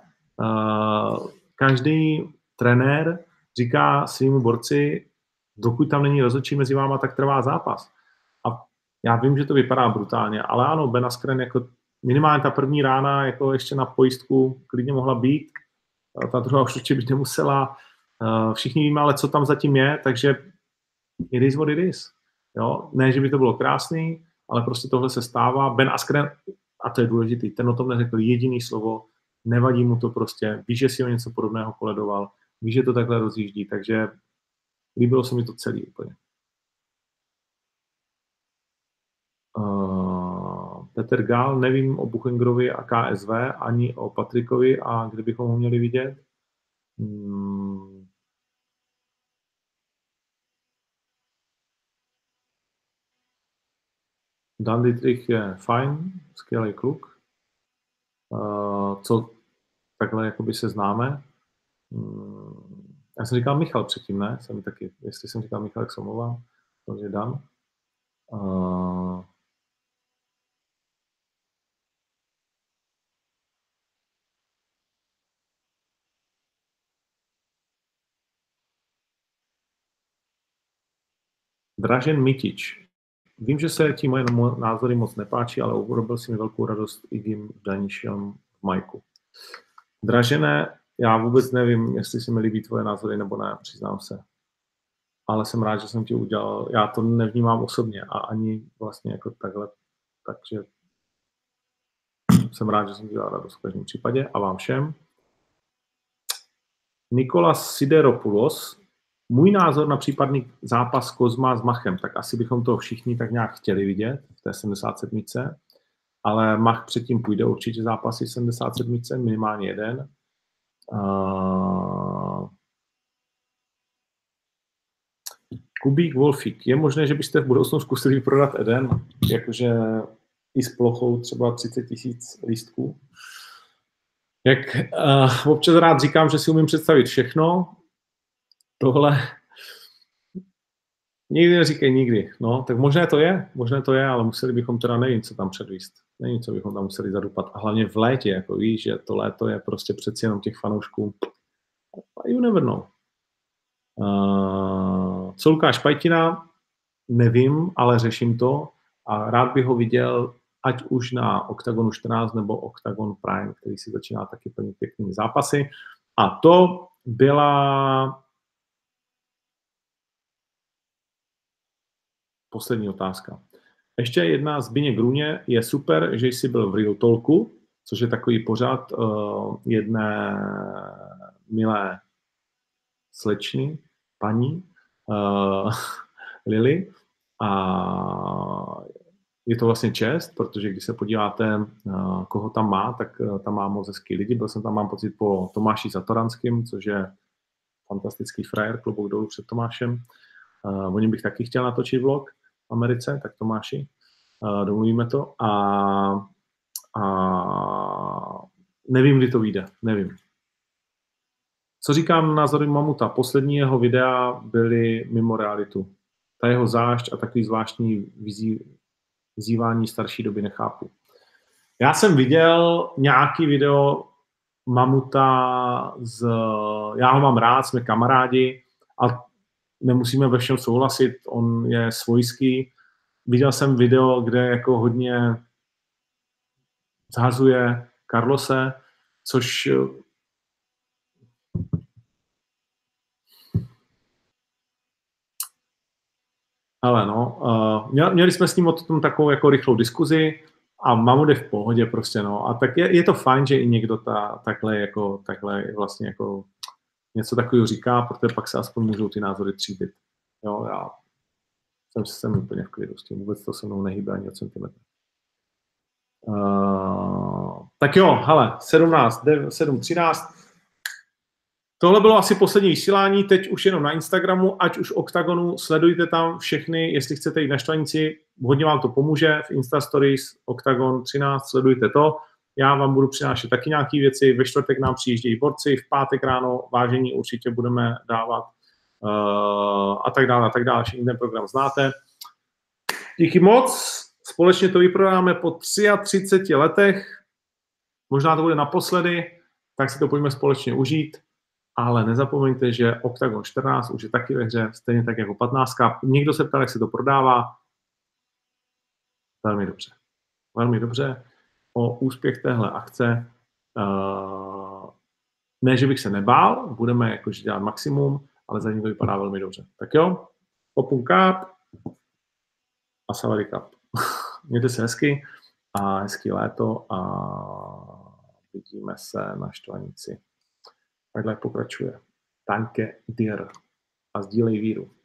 každý trenér říká svýmu borci, dokud tam není rozhodčí mezi váma, tak trvá zápas. A já vím, že to vypadá brutálně, ale ano, Ben Askren jako minimálně ta první rána jako ještě na pojistku klidně mohla být, ta druhá už určitě být nemusela, všichni víme, ale co tam zatím je, takže it is what it is. Jo? Ne, že by to bylo krásný, ale prostě tohle se stává. Ben Askren, a to je důležitý, ten o tom neřekl jediný slovo, nevadí mu to prostě, ví, že si o něco podobného koledoval, ví, že to takhle rozjíždí, takže líbilo se mi to celý úplně. Petr Gál, nevím o Buchengrovi a KSV, ani o Patrikovi a kde bychom ho měli vidět. Dan Dietrich je fajn, skvělý kluk. Co takhle jakoby se známe. Já jsem říkal Michal předtím, ne? Jsem taky, jestli jsem říkal Michal, tak se omlouvám. Takže Dan. Dražen Mitič. Vím, že se ti moje názory moc nepáčí, ale urobil si mi velkou radost i tím Danišem v Majku. Dražené, já vůbec nevím, jestli se mi líbí tvoje názory nebo ne, přiznám se. Ale jsem rád, že jsem ti udělal, já to nevnímám osobně a ani vlastně jako takhle, takže jsem rád, že jsem ti udělal radost v každém případě a vám všem. Nikolas Sideropoulos, můj názor na případný zápas Kozma s Machem, tak asi bychom to všichni tak nějak chtěli vidět v té 77. Ale Mach předtím půjde určitě zápasy v 77. minimálně jeden. Kubík Wolfík. Je možné, že byste v budoucnu zkusili vyprodat Eden, jakože i s plochou třeba 30 000 lístků? Jak občas rád říkám, že si umím představit všechno, tohle nikdy neříkej nikdy. No, tak možné to je, ale museli bychom teda nevím, co tam předvíst. Nevím, co bychom tam museli zadupat. A hlavně v létě, jako víš, že to léto je prostě přeci jenom těch fanoušků. You never know. Co Lukáš Pajtina? Nevím, ale řeším to a rád bych ho viděl ať už na Octagonu 14 nebo Octagon Prime, který si začíná taky plnit pěknými zápasy. A to byla poslední otázka. Ještě jedna Zbyněk Grůně. Je super, že jsi byl v Real Talku, což je takový pořad jedné milé slečny, paní Lily. A je to vlastně čest, protože když se podíváte, koho tam má, tak tam má moc hezký lidi. Byl jsem tam, mám pocit, po Tomáši Zatoranským, což je fantastický frajer, klobouk dolů před Tomášem. O něm bych taky chtěl natočit vlog v Americe, tak Tomáši, domluvíme to. A nevím, kdy to vyjde, nevím. Co říkám názory Mamuta? Poslední jeho videa byly mimo realitu. Ta jeho zášť a takový zvláštní vyzývání starší doby nechápu. Já jsem viděl nějaký video Mamuta já ho mám rád, jsme kamarádi a nemusíme ve všem souhlasit, on je svojský. Viděl jsem video, kde jako hodně zhazuje Carlose, což ale no, měli jsme s ním o tom takovou jako rychlou diskuzi a Mamut je v pohodě prostě, no. A tak je to fajn, že i někdo takhle vlastně jako něco takového říká, protože pak se aspoň můžou ty názory tříbit. Jo, Jsem úplně v klidu s tím, vůbec to se mnou nehýbe ani o centimetr. Tak jo, hele, 7:13. Tohle bylo asi poslední vysílání, teď už jenom na Instagramu, ať už Octagonu, sledujte tam všechny, jestli chcete jít na štvanici, hodně vám to pomůže v Insta Stories, Octagon 13, sledujte to. Já vám budu přinášet taky nějaké věci, ve čtvrtek nám přijíždějí borci, v pátek ráno vážení určitě budeme dávat a tak dále, všichni ten program znáte. Díky moc, společně to vyprodáme po 33 letech, možná to bude naposledy, tak si to pojďme společně užít, ale nezapomeňte, že Octagon 14 už je taky ve hře, stejně tak jako 15. Někdo se ptal, jak se to prodává. Velmi dobře. Velmi dobře. O úspěch téhle akce ne, že bych se nebál, budeme jakože dělat maximum, ale zatím to vypadá velmi dobře. Tak jo, Open Cup a Salary Cup. Mějte se hezky a hezký léto a vidíme se na štvanici. Takhle pokračuje. Danke dir a sdílej víru.